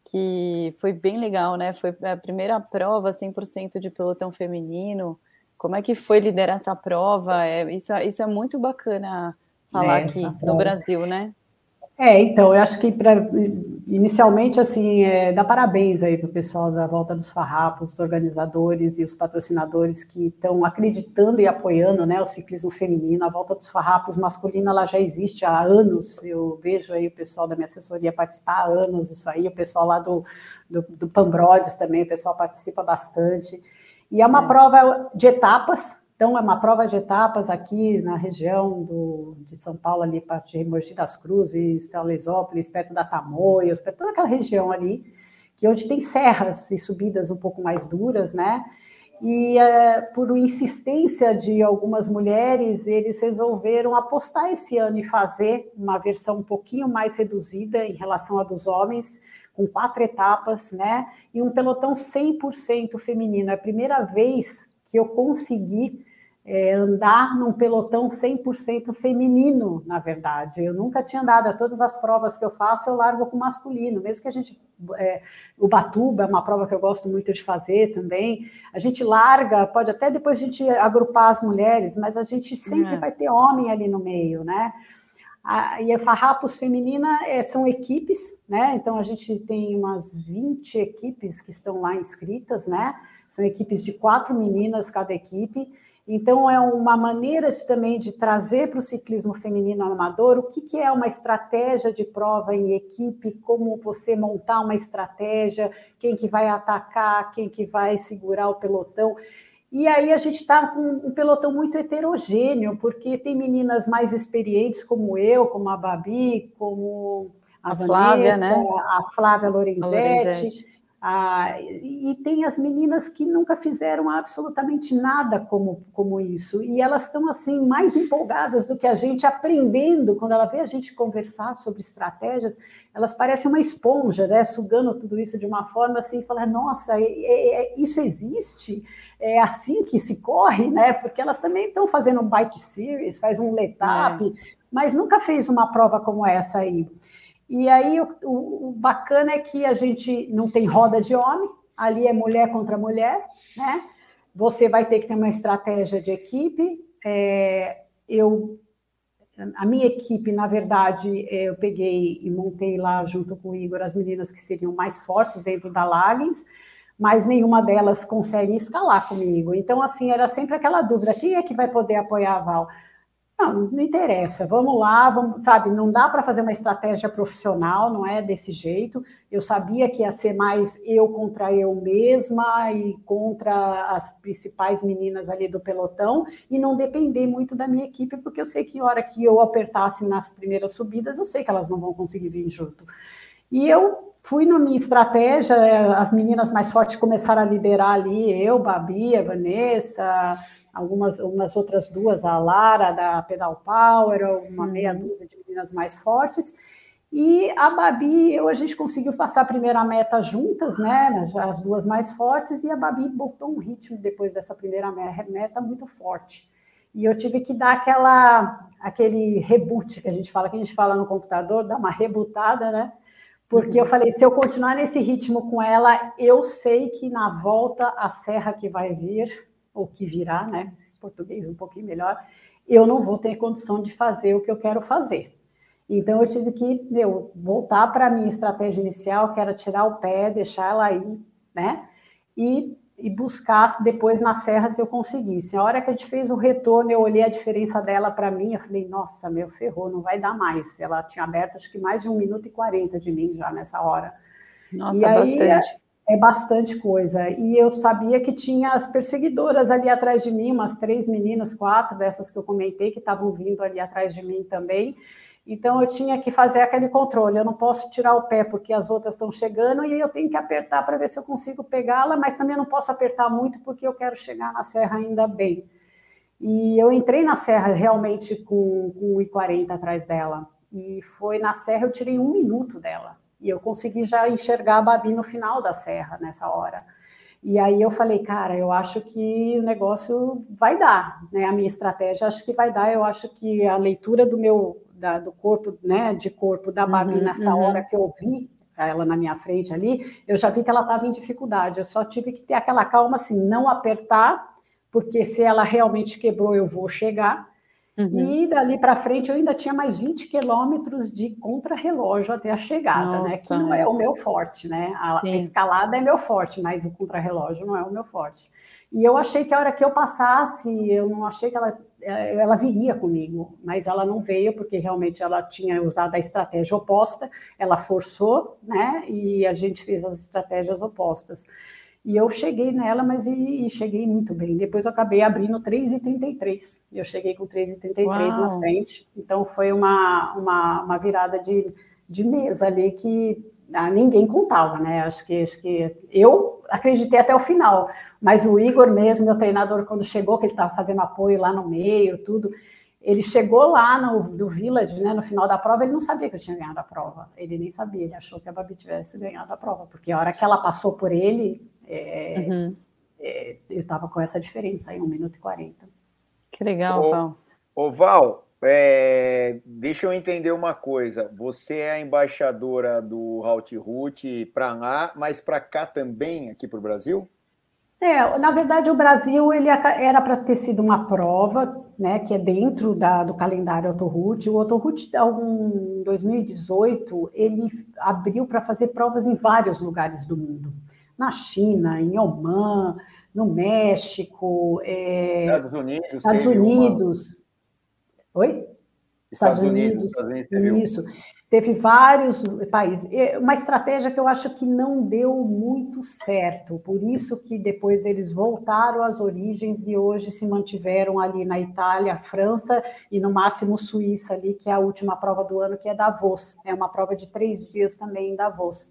que foi bem legal, né, foi a primeira prova cem por cento de pelotão feminino. Como é que foi liderar essa prova? É, isso, isso é muito bacana falar Essa aqui prova. no Brasil, né? É, então, eu acho que pra, inicialmente, assim, é, dá parabéns aí para o pessoal da Volta dos Farrapos, os organizadores e os patrocinadores que estão acreditando e apoiando, né, o ciclismo feminino. A Volta dos Farrapos masculina, ela já existe há anos, eu vejo aí o pessoal da minha assessoria participar há anos, isso aí, o pessoal lá do, do, do Pambrodes também, o pessoal participa bastante. E é uma é. prova de etapas. Então, é uma prova de etapas aqui na região do, de São Paulo, ali perto de Mogi das Cruzes, Teresópolis, perto da Tamoios, perto toda aquela região ali, que onde tem serras e subidas um pouco mais duras, né? E é, por insistência de algumas mulheres, eles resolveram apostar esse ano e fazer uma versão um pouquinho mais reduzida em relação à dos homens, com quatro etapas, né? E um pelotão cem por cento feminino. É a primeira vez que eu consegui é, andar num pelotão cem por cento feminino, na verdade. Eu nunca tinha andado, a todas as provas que eu faço, eu largo com masculino, mesmo que a gente... É, o Batuba é uma prova que eu gosto muito de fazer também. A gente larga, pode até depois a gente agrupar as mulheres, mas a gente sempre é. vai ter homem ali no meio, né? A, e a Farrapos Feminina é, são equipes, né? Então a gente tem umas vinte equipes que estão lá inscritas, né? São equipes de quatro meninas cada equipe. Então, é uma maneira de, também de trazer para o ciclismo feminino amador o que, que é uma estratégia de prova em equipe, como você montar uma estratégia, quem que vai atacar, quem que vai segurar o pelotão. E aí a gente está com um pelotão muito heterogêneo, porque tem meninas mais experientes como eu, como a Babi, como a, a Vanessa, Flávia, né? a Flávia Lorenzetti. A Lorenzetti. Ah, e tem as meninas que nunca fizeram absolutamente nada como, como isso, e elas estão assim mais empolgadas do que a gente, aprendendo. Quando ela vê a gente conversar sobre estratégias, elas parecem uma esponja, né, sugando tudo isso de uma forma assim, falar, nossa, é, é, isso existe? É assim que se corre, né? Porque elas também estão fazendo um bike series, faz um letap, é. mas nunca fez uma prova como essa aí. E aí, o, o, o bacana é que a gente não tem roda de homem, ali é mulher contra mulher, né? você vai ter que ter uma estratégia de equipe. É, eu, a minha equipe, na verdade, eu peguei e montei lá, junto com o Igor, as meninas que seriam mais fortes dentro da Lagins, mas nenhuma delas consegue escalar comigo. Então, assim, era sempre aquela dúvida, quem é que vai poder apoiar a Val? Não, não interessa, vamos lá, vamos, sabe, não dá para fazer uma estratégia profissional, não é desse jeito. Eu sabia que ia ser mais eu contra eu mesma e contra as principais meninas ali do pelotão e não depender muito da minha equipe, porque eu sei que a hora que eu apertasse nas primeiras subidas, eu sei que elas não vão conseguir vir junto. E eu fui na minha estratégia, as meninas mais fortes começaram a liderar ali, eu, Babi, a Vanessa, algumas umas outras duas, a Lara da Pedal Power, uma meia dúzia de meninas mais fortes, e a Babi, eu, a gente conseguiu passar a primeira meta juntas, né, as duas mais fortes, e a Babi botou um ritmo depois dessa primeira meta muito forte. E eu tive que dar aquela, aquele reboot que a gente fala, que a gente fala no computador, dar uma rebootada, né, porque eu falei, se eu continuar nesse ritmo com ela, eu sei que na volta a serra que vai vir, ou que virá, né, português um pouquinho melhor, eu não vou ter condição de fazer o que eu quero fazer. Então, eu tive que, meu, voltar para a minha estratégia inicial, que era tirar o pé, deixar ela aí, né, e, e buscar depois na serra se eu conseguisse. A hora que a gente fez o retorno, eu olhei a diferença dela para mim, eu falei, nossa, meu, ferrou, não vai dar mais. Ela tinha aberto, acho que mais de um minuto e quarenta de mim já nessa hora. Nossa, e aí, bastante. É bastante coisa, e eu sabia que tinha as perseguidoras ali atrás de mim, umas três meninas, quatro dessas que eu comentei, que estavam vindo ali atrás de mim também, então eu tinha que fazer aquele controle, eu não posso tirar o pé porque as outras estão chegando, e eu tenho que apertar para ver se eu consigo pegá-la, mas também não posso apertar muito porque eu quero chegar na serra ainda bem. E eu entrei na serra realmente com, com um e quarenta atrás dela, e foi na serra, eu tirei um minuto dela, e eu consegui já enxergar a Babi no final da serra, nessa hora. E aí eu falei, cara, eu acho que o negócio vai dar, né? A minha estratégia acho que vai dar, eu acho que a leitura do meu, da, do corpo, né, de corpo da Babi uhum, nessa uhum. hora que eu vi ela na minha frente ali, eu já vi que ela estava em dificuldade, eu só tive que ter aquela calma, assim, não apertar, porque se ela realmente quebrou, eu vou chegar. Uhum. E dali para frente eu ainda tinha mais vinte quilômetros de contrarrelógio até a chegada, Nossa, né? Que não é, é o meu forte, né? A, a escalada é meu forte, mas o contrarrelógio não é o meu forte. E eu achei que a hora que eu passasse, eu não achei que ela, ela viria comigo, mas ela não veio, porque realmente ela tinha usado a estratégia oposta, ela forçou, né? E a gente fez as estratégias opostas. E eu cheguei nela, mas e, e cheguei muito bem. Depois eu acabei abrindo três e trinta e três. Eu cheguei com três e trinta e três na frente. Então foi uma, uma, uma virada de, de mesa ali que ah, ninguém contava, né? Acho que, acho que eu acreditei até o final. Mas o Igor mesmo, meu treinador, quando chegou, que ele estava fazendo apoio lá no meio, tudo, ele chegou lá no, no Village, né, no final da prova, ele não sabia que eu tinha ganhado a prova. Ele nem sabia, ele achou que a Babi tivesse ganhado a prova, porque a hora que ela passou por ele, é, uhum. é, eu estava com essa diferença aí, um minuto e quarenta. Que legal, Val. Ô, Val, é, deixa eu entender uma coisa. Você é a embaixadora do Halt Route para lá, mas para cá também, aqui para o Brasil? É, na verdade, o Brasil ele era para ter sido uma prova, né, que é dentro da, do calendário Autoroute. O Autoroute, em dois mil e dezoito, ele abriu para fazer provas em vários lugares do mundo. Na China, em Oman, no México, é, Estados Unidos. Estados Unidos. Uma... Oi? Estados, Estados Unidos. Estados Unidos teve isso. Teve vários países. Uma estratégia que eu acho que não deu muito certo, por isso que depois eles voltaram às origens e hoje se mantiveram ali na Itália, França e no máximo Suíça ali, que é a última prova do ano, que é Davos. É uma prova de três dias também em Davos.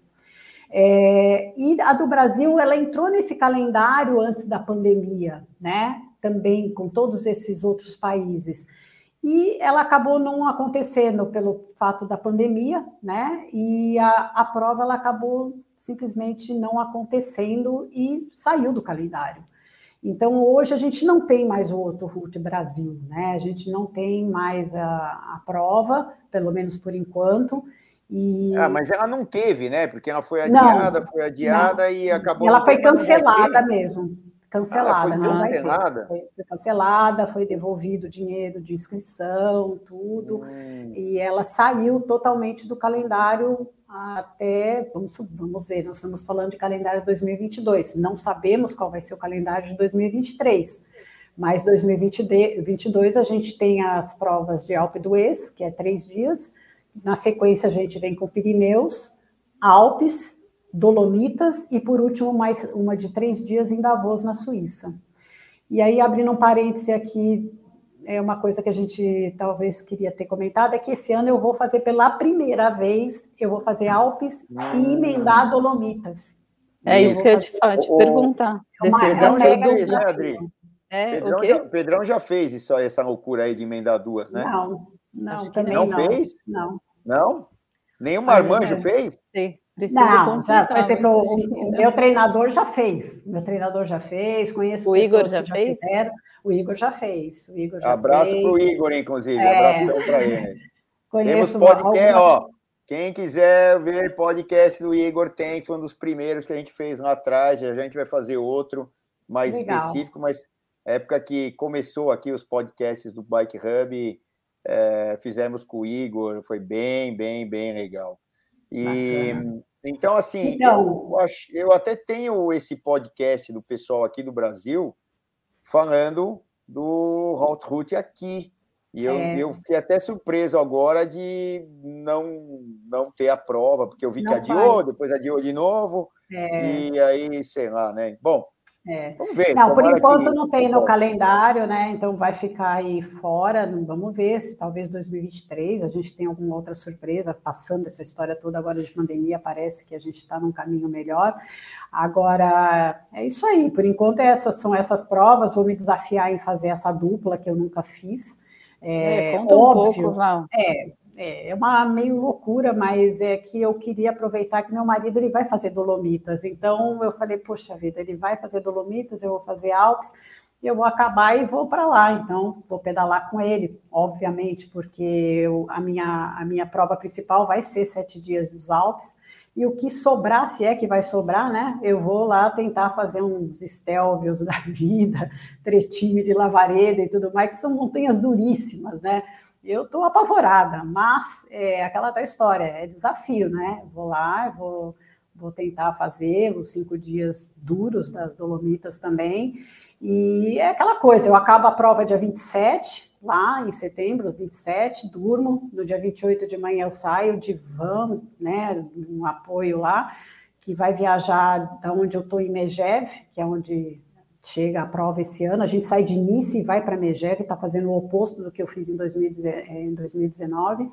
É, e a do Brasil, ela entrou nesse calendário antes da pandemia, né? Também com todos esses outros países. E ela acabou não acontecendo pelo fato da pandemia, né? E a, a prova ela acabou simplesmente não acontecendo e saiu do calendário. Então, hoje a gente não tem mais o Autoroute Brasil, né? A gente não tem mais a, a prova, pelo menos por enquanto. E... Ah, mas ela não teve, né? Porque ela foi adiada, não, foi adiada não. e acabou... Ela foi cancelada mesmo. cancelada. Ah, foi não cancelada? Foi, foi cancelada, foi devolvido o dinheiro de inscrição, tudo, hum. e ela saiu totalmente do calendário até, vamos, vamos ver, nós estamos falando de calendário dois mil e vinte e dois, não sabemos qual vai ser o calendário de dois mil e vinte e três, mas dois mil e vinte e dois a gente tem as provas de Alpe d'Huez, que é três dias, na sequência a gente vem com Pirineus, Alpes, Dolomitas e, por último, mais uma de três dias em Davos, na Suíça. E aí, abrindo um parêntese aqui, é uma coisa que a gente talvez queria ter comentado, é que esse ano eu vou fazer pela primeira vez, eu vou fazer Alpes hum. e emendar Dolomitas. É isso que eu ia te, te o, perguntar. Desse é Pedrão já fez, né, Adri? É, Pedrão, já, Pedrão já fez isso aí, essa loucura aí de emendar duas, né? Não, não, também não. Não fez? Não. Não? Nenhum marmanjo é. fez? Sim. Precisa não, já, por exemplo, o, o meu treinador já fez. O meu treinador já fez, conheço o Igor já que já fez? fizeram. O Igor já fez. O Igor já Abraço fez. para o Igor, inclusive. É. Abração para ele. Conheço Temos podcast, alguma... ó. Quem quiser ver podcast do Igor, tem. Foi um dos primeiros que a gente fez lá atrás. Já a gente vai fazer outro mais Legal. específico, mas época que começou aqui os podcasts do Bike Hub, é, fizemos com o Igor, foi bem, bem, bem legal. E Bacana. Então, assim, então, eu, acho, eu até tenho esse podcast do pessoal aqui do Brasil falando do Hot Route aqui. E eu, é. eu fiquei até surpreso agora de não, não ter a prova, porque eu vi não que adiou, vai. depois adiou de novo, é. e aí, sei lá, né? Bom, é. vamos ver. Não, por enquanto que... não tem no calendário, né? Então vai ficar aí fora, vamos ver se talvez dois mil e vinte e três a gente tem alguma outra surpresa, passando essa história toda agora de pandemia, parece que a gente está num caminho melhor. Agora, é isso aí, por enquanto essas são essas provas, vou me desafiar em fazer essa dupla que eu nunca fiz. É, é, conta óbvio, um pouco, Val. É, é uma meio loucura, mas é que eu queria aproveitar que meu marido ele vai fazer Dolomitas, então eu falei, poxa vida, ele vai fazer Dolomitas, eu vou fazer Alpes, eu vou acabar e vou para lá, então vou pedalar com ele, obviamente, porque eu, a, minha, a minha prova principal vai ser sete dias dos Alpes, e o que sobrar, se é que vai sobrar, né? Eu vou lá tentar fazer uns estélvios da vida, tretinho de Lavareda e tudo mais, que são montanhas duríssimas, né? Eu estou apavorada, mas é aquela da história, é desafio, né? Vou lá, vou, vou tentar fazer os cinco dias duros das Dolomitas também, e é aquela coisa, eu acabo a prova dia vinte e sete, lá em setembro, vinte e sete, durmo, no dia vinte e oito de manhã eu saio de van, né, um apoio lá, que vai viajar da onde eu estou em Megève, que é onde chega a prova esse ano, a gente sai de Nice e vai para Megève, está fazendo o oposto do que eu fiz em dois mil e dezenove,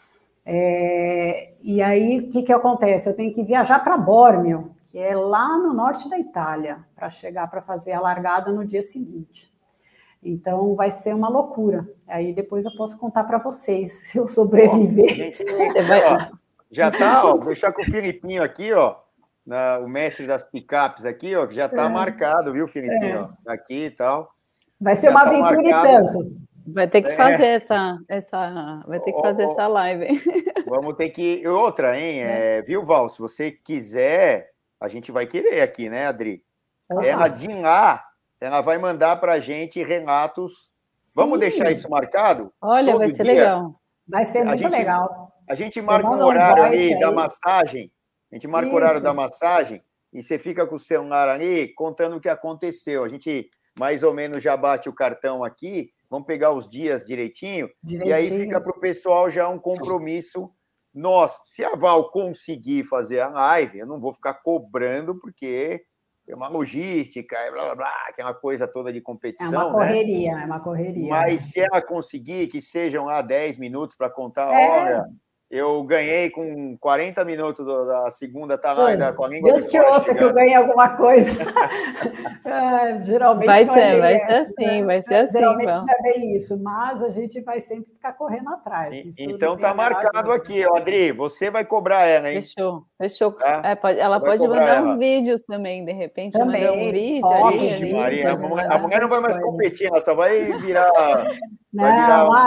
é, e aí o que que acontece? Eu tenho que viajar para Bormio, que é lá no norte da Itália, para chegar para fazer a largada no dia seguinte. Então, vai ser uma loucura. Aí, depois eu posso contar para vocês, se eu sobreviver. Ó, gente, ó, já está, ó, vou deixar com o Filipinho aqui, ó, na, o mestre das picapes aqui, ó, que já está é. marcado, viu, Filipinho? É. Ó, aqui e tal. Vai ser já uma tá aventura e tanto. Vai ter que é. fazer essa, essa, vai ter que fazer ó, essa live. Vamos ter que... Outra, hein? É. É, viu, Val? Se você quiser, a gente vai querer aqui, né, Adri? Uhum. Ela de lá... Ela vai mandar para a gente relatos. Sim. Vamos deixar isso marcado? Olha, Todo vai ser dia. legal. Vai ser muito a gente, legal. A gente marca um horário ali da massagem. A gente marca o horário da massagem e você fica com o celular ali contando o que aconteceu. A gente mais ou menos já bate o cartão aqui. Vamos pegar os dias direitinho. direitinho. E aí fica para o pessoal já um compromisso nosso. Se a Val conseguir fazer a live, eu não vou ficar cobrando, porque... é uma logística, blá, blá, blá, aquela coisa toda de competição. É uma correria, né? É uma correria. Mas se ela conseguir, que sejam lá dez minutos para contar, é. olha, eu ganhei com quarenta minutos da segunda, tá lá ainda com a língua Deus de te fora ouça chegando. Que eu ganhei alguma coisa. é, geralmente vai ser, é, vai ser assim, vai ser assim. Geralmente não é bem isso, mas a gente vai sempre ficar correndo atrás. E, então tá marcado aqui, ó, Adri, você vai cobrar ela, hein? Fechou, fechou. Tá? É, pode, ela vai pode mandar ela. uns vídeos também, de repente, também, mandar um vídeo. Pode, ali, Ixi, Maria, a mulher, a mulher não vai mais competir, ela só vai virar... Não, vai virar a, um...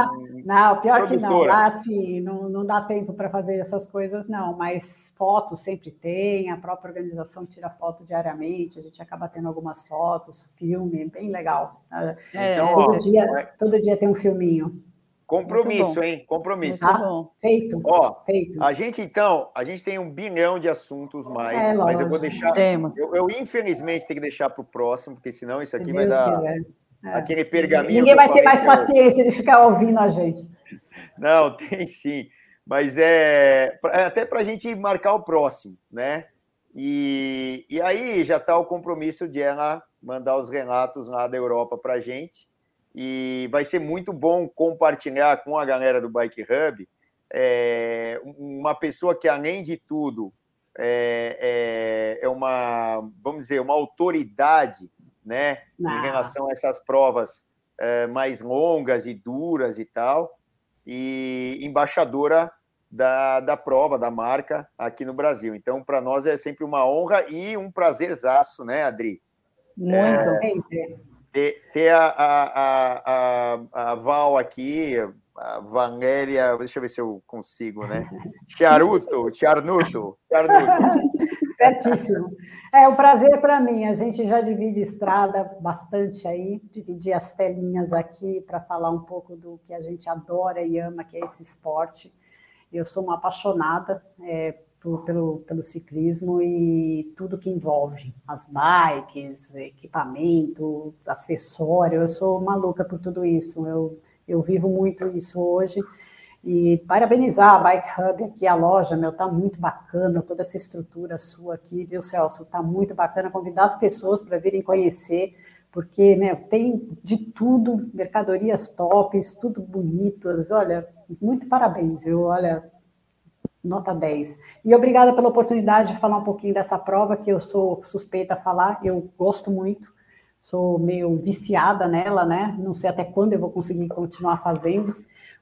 Não, pior que não. Produtora. Lá, assim, não, não dá tempo para fazer essas coisas, não. Mas fotos sempre tem, a própria organização tira foto diariamente, a gente acaba tendo algumas fotos, filme, bem legal. Então, todo, ó, dia, é- todo dia tem um filminho. compromisso, Muito bom. hein? Compromisso. Muito Tá? bom. Feito. Ó, Feito. a gente então, a gente tem um bilhão de assuntos mais, É, mas eu vou lógico. deixar. Temos. Eu, eu, infelizmente tenho que deixar para o próximo, porque senão isso Se aqui vai Deus dar quiser. É. aquele pergaminho Ninguém que eu vai ter falei mais que eu- paciência de ficar ouvindo a gente. Não, tem sim. Mas é, pra- é até para a gente marcar o próximo, né? E, e aí já está o compromisso de ela mandar os relatos lá da Europa para a gente. E vai ser muito bom compartilhar com a galera do Bike Hub é, uma pessoa que, além de tudo, é, é, é uma, vamos dizer, uma autoridade, né, Não. em relação a essas provas é, mais longas e duras e tal, e embaixadora da, da prova, da marca aqui no Brasil. Então, para nós é sempre uma honra e um prazerzaço, né, Adri? Muito. É, sempre. Ter, ter a, a, a, a Val aqui, a Valéria, deixa eu ver se eu consigo, né? Charuto, Charnuto, Charnuto. Certíssimo. É um prazer para mim. A gente já divide estrada bastante aí, dividir as telinhas aqui para falar um pouco do que a gente adora e ama, que é esse esporte. Eu sou uma apaixonada é, por, pelo, pelo ciclismo e tudo que envolve as bikes, equipamento, acessório. Eu sou maluca por tudo isso. Eu, eu vivo muito isso hoje. E parabenizar a Bike Hub aqui, a loja, meu, tá muito bacana, toda essa estrutura sua aqui, viu, Celso? Tá muito bacana convidar as pessoas para virem conhecer, porque, meu, tem de tudo, mercadorias tops, tudo bonitas, olha, muito parabéns, viu? Olha, nota dez. E obrigada pela oportunidade de falar um pouquinho dessa prova, que eu sou suspeita a falar, eu gosto muito, sou meio viciada nela, né? Não sei até quando eu vou conseguir continuar fazendo,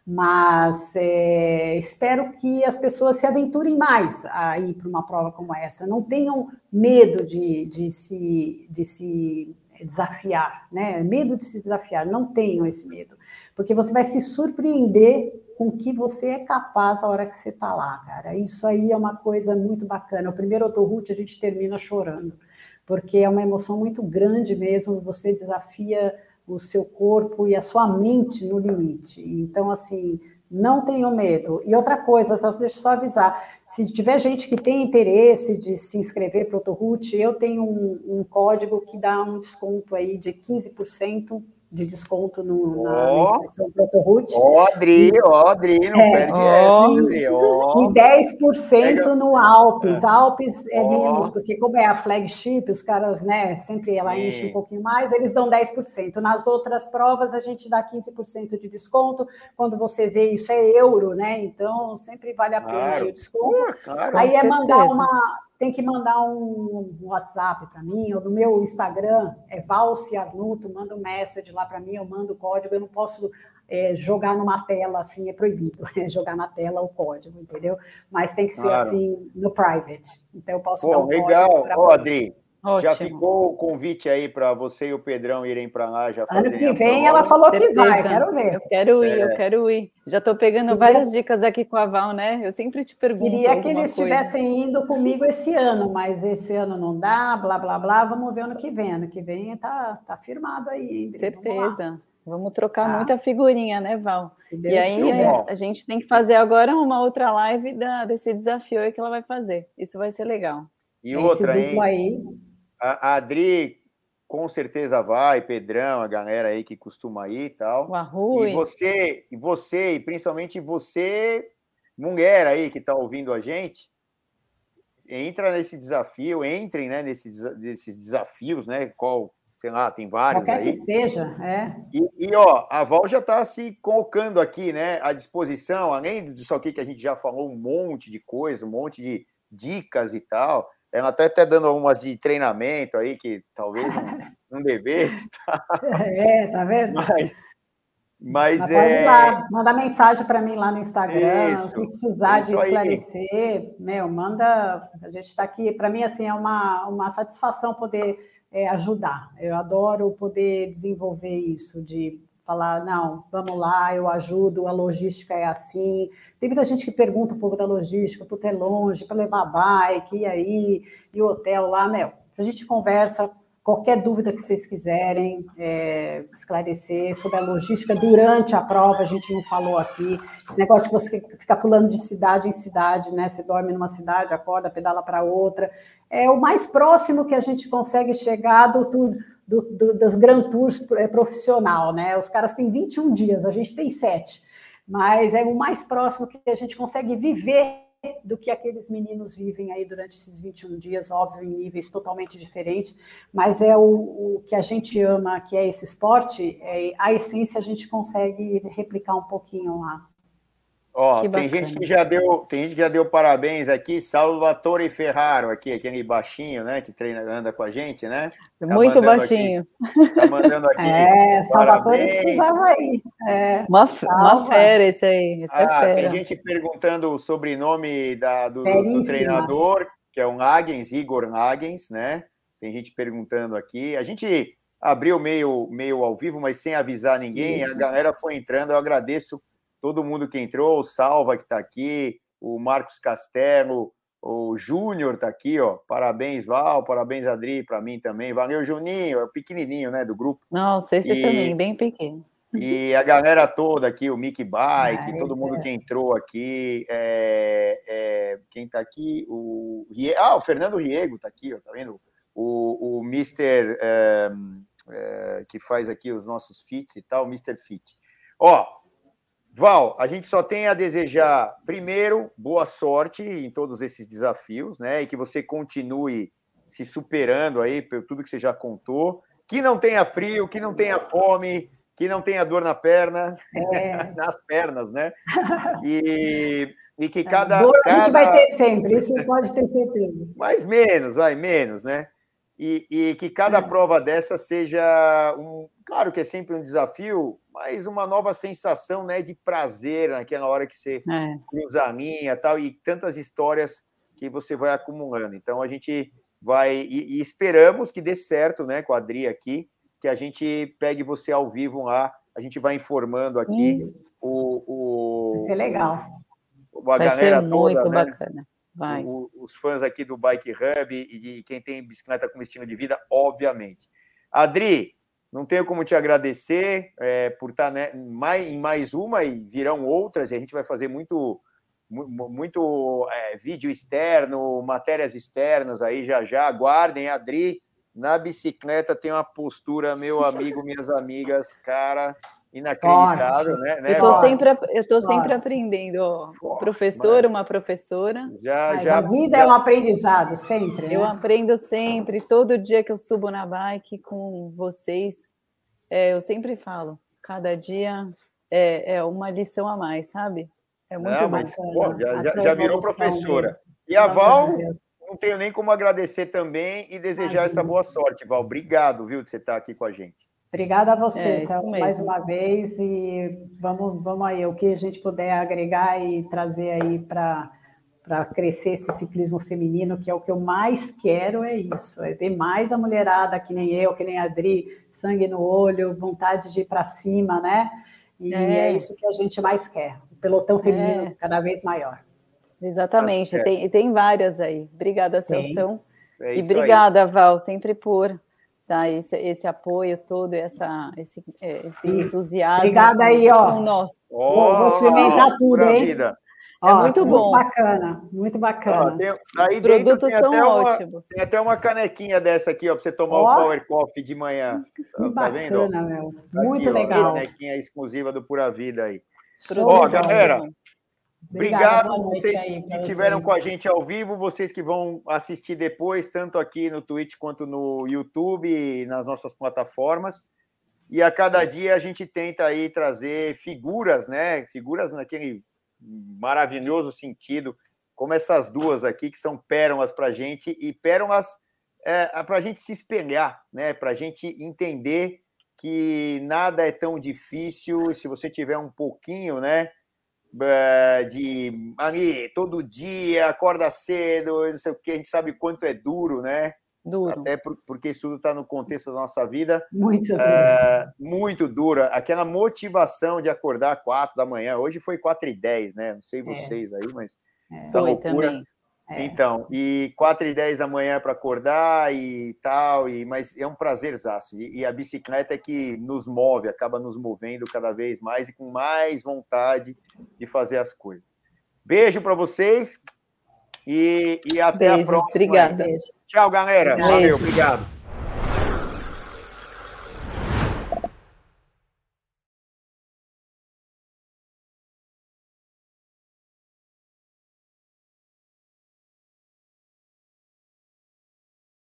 mas é, espero que as pessoas se aventurem mais a ir para uma prova como essa, não tenham medo de, de, se, de se desafiar, né? Medo de se desafiar, não tenham esse medo, porque você vai se surpreender com o que você é capaz na hora que você está lá, cara. Isso aí é uma coisa muito bacana. O primeiro autoroute a gente termina chorando, porque é uma emoção muito grande mesmo, você desafia o seu corpo e a sua mente no limite. Então, assim, não tenham medo. E outra coisa, Celso, deixa eu só avisar, se tiver gente que tem interesse de se inscrever para o Autoroute, eu tenho um, um código que dá um desconto aí de quinze por cento de desconto no, na, na inscrição para o Autoroute. Ó, Adri, ó, Adri, não É, perde ó. essa, Adri, ó. E dez por cento Pega- no Alpes. É. Alpes é Ó. menos, porque como é a flagship, os caras, né, sempre ela Sim. enche um pouquinho mais, eles dão dez por cento. Nas outras provas, a gente dá quinze por cento de desconto. Quando você vê isso, é euro, né? Então, sempre vale a pena Claro. aí o desconto. Pô, claro. Aí é certeza. mandar uma... Tem que mandar um WhatsApp para mim, ou no meu Instagram, é Valci Arnuto, manda um message lá para mim, eu mando o código, eu não posso é, jogar numa tela, assim, é proibido, é jogar na tela o código, entendeu? Mas tem que ser Claro. assim, no private. Então eu posso Pô, dar um legal. código para Ó, Adri, já Ótimo. ficou o convite aí para você e o Pedrão irem para lá já Ano fazerem que a vem prova. ela falou que Certeza. vai, quero ver. Eu quero ir, É. eu quero ir. Já estou pegando Queria- várias dicas aqui com a Val, né? Eu sempre te pergunto Queria que alguma eles coisa. estivessem indo comigo esse ano, mas esse ano não dá, blá, blá, blá, vamos ver ano que vem. Ano que vem tá, tá firmado aí, Ingrid. Vamos lá. Certeza. Vamos trocar Tá. muita figurinha, né, Val? Se Deus E aí quiser. a, a gente tem que fazer agora uma outra live da, desse desafio aí que ela vai fazer. Isso vai ser legal. E Esse outra, duplo hein? aí, A a Adri com certeza vai, Pedrão, a galera aí que costuma ir e tal. O Arrui. E você, e você, e principalmente você, mulher aí que está ouvindo a gente, entra nesse desafio, entrem, né, nesse, nesses desafios, né? Qual, sei lá, tem vários qualquer aí. que seja, é. E, e, ó, a Val já está se colocando aqui, né, à disposição, além disso aqui que a gente já falou um monte de coisa, um monte de dicas e tal. Ela até está dando algumas de treinamento aí que talvez não, não devesse. Tá? É, tá vendo? Mas, mas, Mas é... pode ir lá, manda mensagem para mim lá no Instagram, Isso, o que precisar de isso aí. esclarecer, meu, manda, a gente está aqui, para mim, assim, é uma, uma satisfação poder é, ajudar, eu adoro poder desenvolver isso, de falar, não, vamos lá, eu ajudo, a logística é assim. Tem muita gente que pergunta um pouco da logística, por ter longe, para levar bike, e aí, e o hotel lá, meu, a gente conversa, qualquer dúvida que vocês quiserem é, esclarecer sobre a logística durante a prova, a gente não falou aqui, esse negócio de você ficar pulando de cidade em cidade, né? Você dorme numa cidade, acorda, pedala para outra, é o mais próximo que a gente consegue chegar do, do, do, dos Grand Tours profissional, né? Os caras têm vinte e um dias, a gente tem sete, mas é o mais próximo que a gente consegue viver do que aqueles meninos vivem aí durante esses vinte e um dias, óbvio, em níveis totalmente diferentes, mas é o, o que a gente ama, que é esse esporte, é, a essência a gente consegue replicar um pouquinho lá. Ó, tem gente que já deu, tem gente que já deu parabéns aqui, Salvatore Ferraro, aqui, aquele baixinho, né, que treina, anda com a gente, né? Tá muito baixinho. Aqui, tá mandando aqui. É, Salvatore precisava aí. É, uma, uma fera esse aí. Esse ah, é fera. Tem gente perguntando o sobrenome da, do, do treinador, que é o Nagens, Igor Nagens, né? Tem gente perguntando aqui. A gente abriu meio, meio ao vivo, mas sem avisar ninguém. Isso. A galera foi entrando, eu agradeço todo mundo que entrou, o Salva que está aqui, o Marcos Castelo, o Júnior está aqui, ó. Parabéns, Val, parabéns, Adri, para mim também. Valeu, Juninho, é o pequenininho, né, do grupo. Nossa, esse e, também, bem pequeno. E a galera toda aqui, o Mickey Bike, ah, todo mundo é. que entrou aqui, é, é, quem está aqui, o ah, o Fernando Riego está aqui, ó, tá vendo? O, o mister é, é, que faz aqui os nossos fits e tal, o mister Fit. Ó, Val, a gente só tem a desejar, primeiro, boa sorte em todos esses desafios, né? E que você continue se superando aí por tudo que você já contou. Que não tenha frio, que não tenha fome, que não tenha dor na perna, é. nas pernas, né? E, e que cada... Dor cada... a gente vai ter sempre, isso pode ter certeza. Mais menos, vai, menos, né? E, e que cada é. prova dessa seja um... Claro que é sempre um desafio, mas uma nova sensação, né, de prazer naquela hora que você é. cruza a linha e tal, e tantas histórias que você vai acumulando. Então, a gente vai... E, e esperamos que dê certo, né, com a Adri aqui, que a gente pegue você ao vivo lá, a gente vai informando aqui hum. o, o... Vai ser legal. O, a vai galera ser toda, muito né? bacana. Vai. O, os fãs aqui do Bike Hub e de quem tem bicicleta como estilo de vida, obviamente. Adri, não tenho como te agradecer é, por estar, né, mais, em mais uma, e virão outras, e a gente vai fazer muito, muito é, vídeo externo, matérias externas aí já já. Aguardem, Adri, na bicicleta tem uma postura, meu amigo, minhas amigas, cara, inacreditável, né? Eu tô sempre, eu tô sempre aprendendo, ó. Forte, professora, uma professora. Já, Mas já, a vida já... é um aprendizado, sempre. Eu né? aprendo sempre, todo dia que eu subo na bike com vocês, é, eu sempre falo, cada dia é, é uma lição a mais, sabe? É muito Não, bom. Mas, pô, já, já, já virou professora. Mesmo. E a Val, não tenho nem como agradecer também e desejar Imagina. essa boa sorte, Val. Obrigado, viu, de você estar aqui com a gente. Obrigada a você, é, Celso, mais uma vez, e vamos, vamos aí, o que a gente puder agregar e trazer aí para para crescer esse ciclismo feminino, que é o que eu mais quero, é isso, é ver mais a mulherada, que nem eu, que nem a Adri, sangue no olho, vontade de ir para cima, né? E é. é isso que a gente mais quer, o pelotão feminino é. cada vez maior. Exatamente, tá tem, tem várias aí. Obrigada, Celso. É e obrigada, aí. Val, sempre por... Tá, esse, esse apoio todo, essa, esse, esse entusiasmo. Obrigada aí, ó. Nossa. Oh, vou experimentar tudo, hein? Vida. É ó, muito bom. Muito bacana, muito bacana. Ó, tem, aí Os produtos tem são até ótimos. Uma, tem até uma canequinha dessa aqui, ó, para você tomar ó, o Power Coffee de manhã. Que tá bacana, vendo? meu. Muito aqui, legal. Ó, a canequinha exclusiva do Pura Vida aí. Show ó, galera... Obrigada, Obrigado vocês aí, que estiveram vocês. com a gente ao vivo, vocês que vão assistir depois, tanto aqui no Twitch quanto no YouTube e nas nossas plataformas. E a cada dia a gente tenta aí trazer figuras, né? Figuras naquele maravilhoso sentido, como essas duas aqui, que são pérolas para a gente, e pérolas é, para a gente se espelhar, né? Para a gente entender que nada é tão difícil, e se você tiver um pouquinho, né? de ali, todo dia, acorda cedo, não sei o que, a gente sabe quanto é duro, né? Duro. Até por, porque isso tudo está no contexto da nossa vida. Muito dura. É, muito dura. Aquela motivação de acordar quatro da manhã. Hoje foi quatro e dez, né? Não sei vocês é. aí, mas é. essa foi loucura. Também. É. Então, e quatro e dez da manhã para acordar e tal, e, mas é um prazerzaço. E, e a bicicleta é que nos move, acaba nos movendo cada vez mais e com mais vontade de fazer as coisas. Beijo para vocês e, e até Beijo, a próxima. Obrigada. Tchau, galera. Beijo. Valeu, obrigado.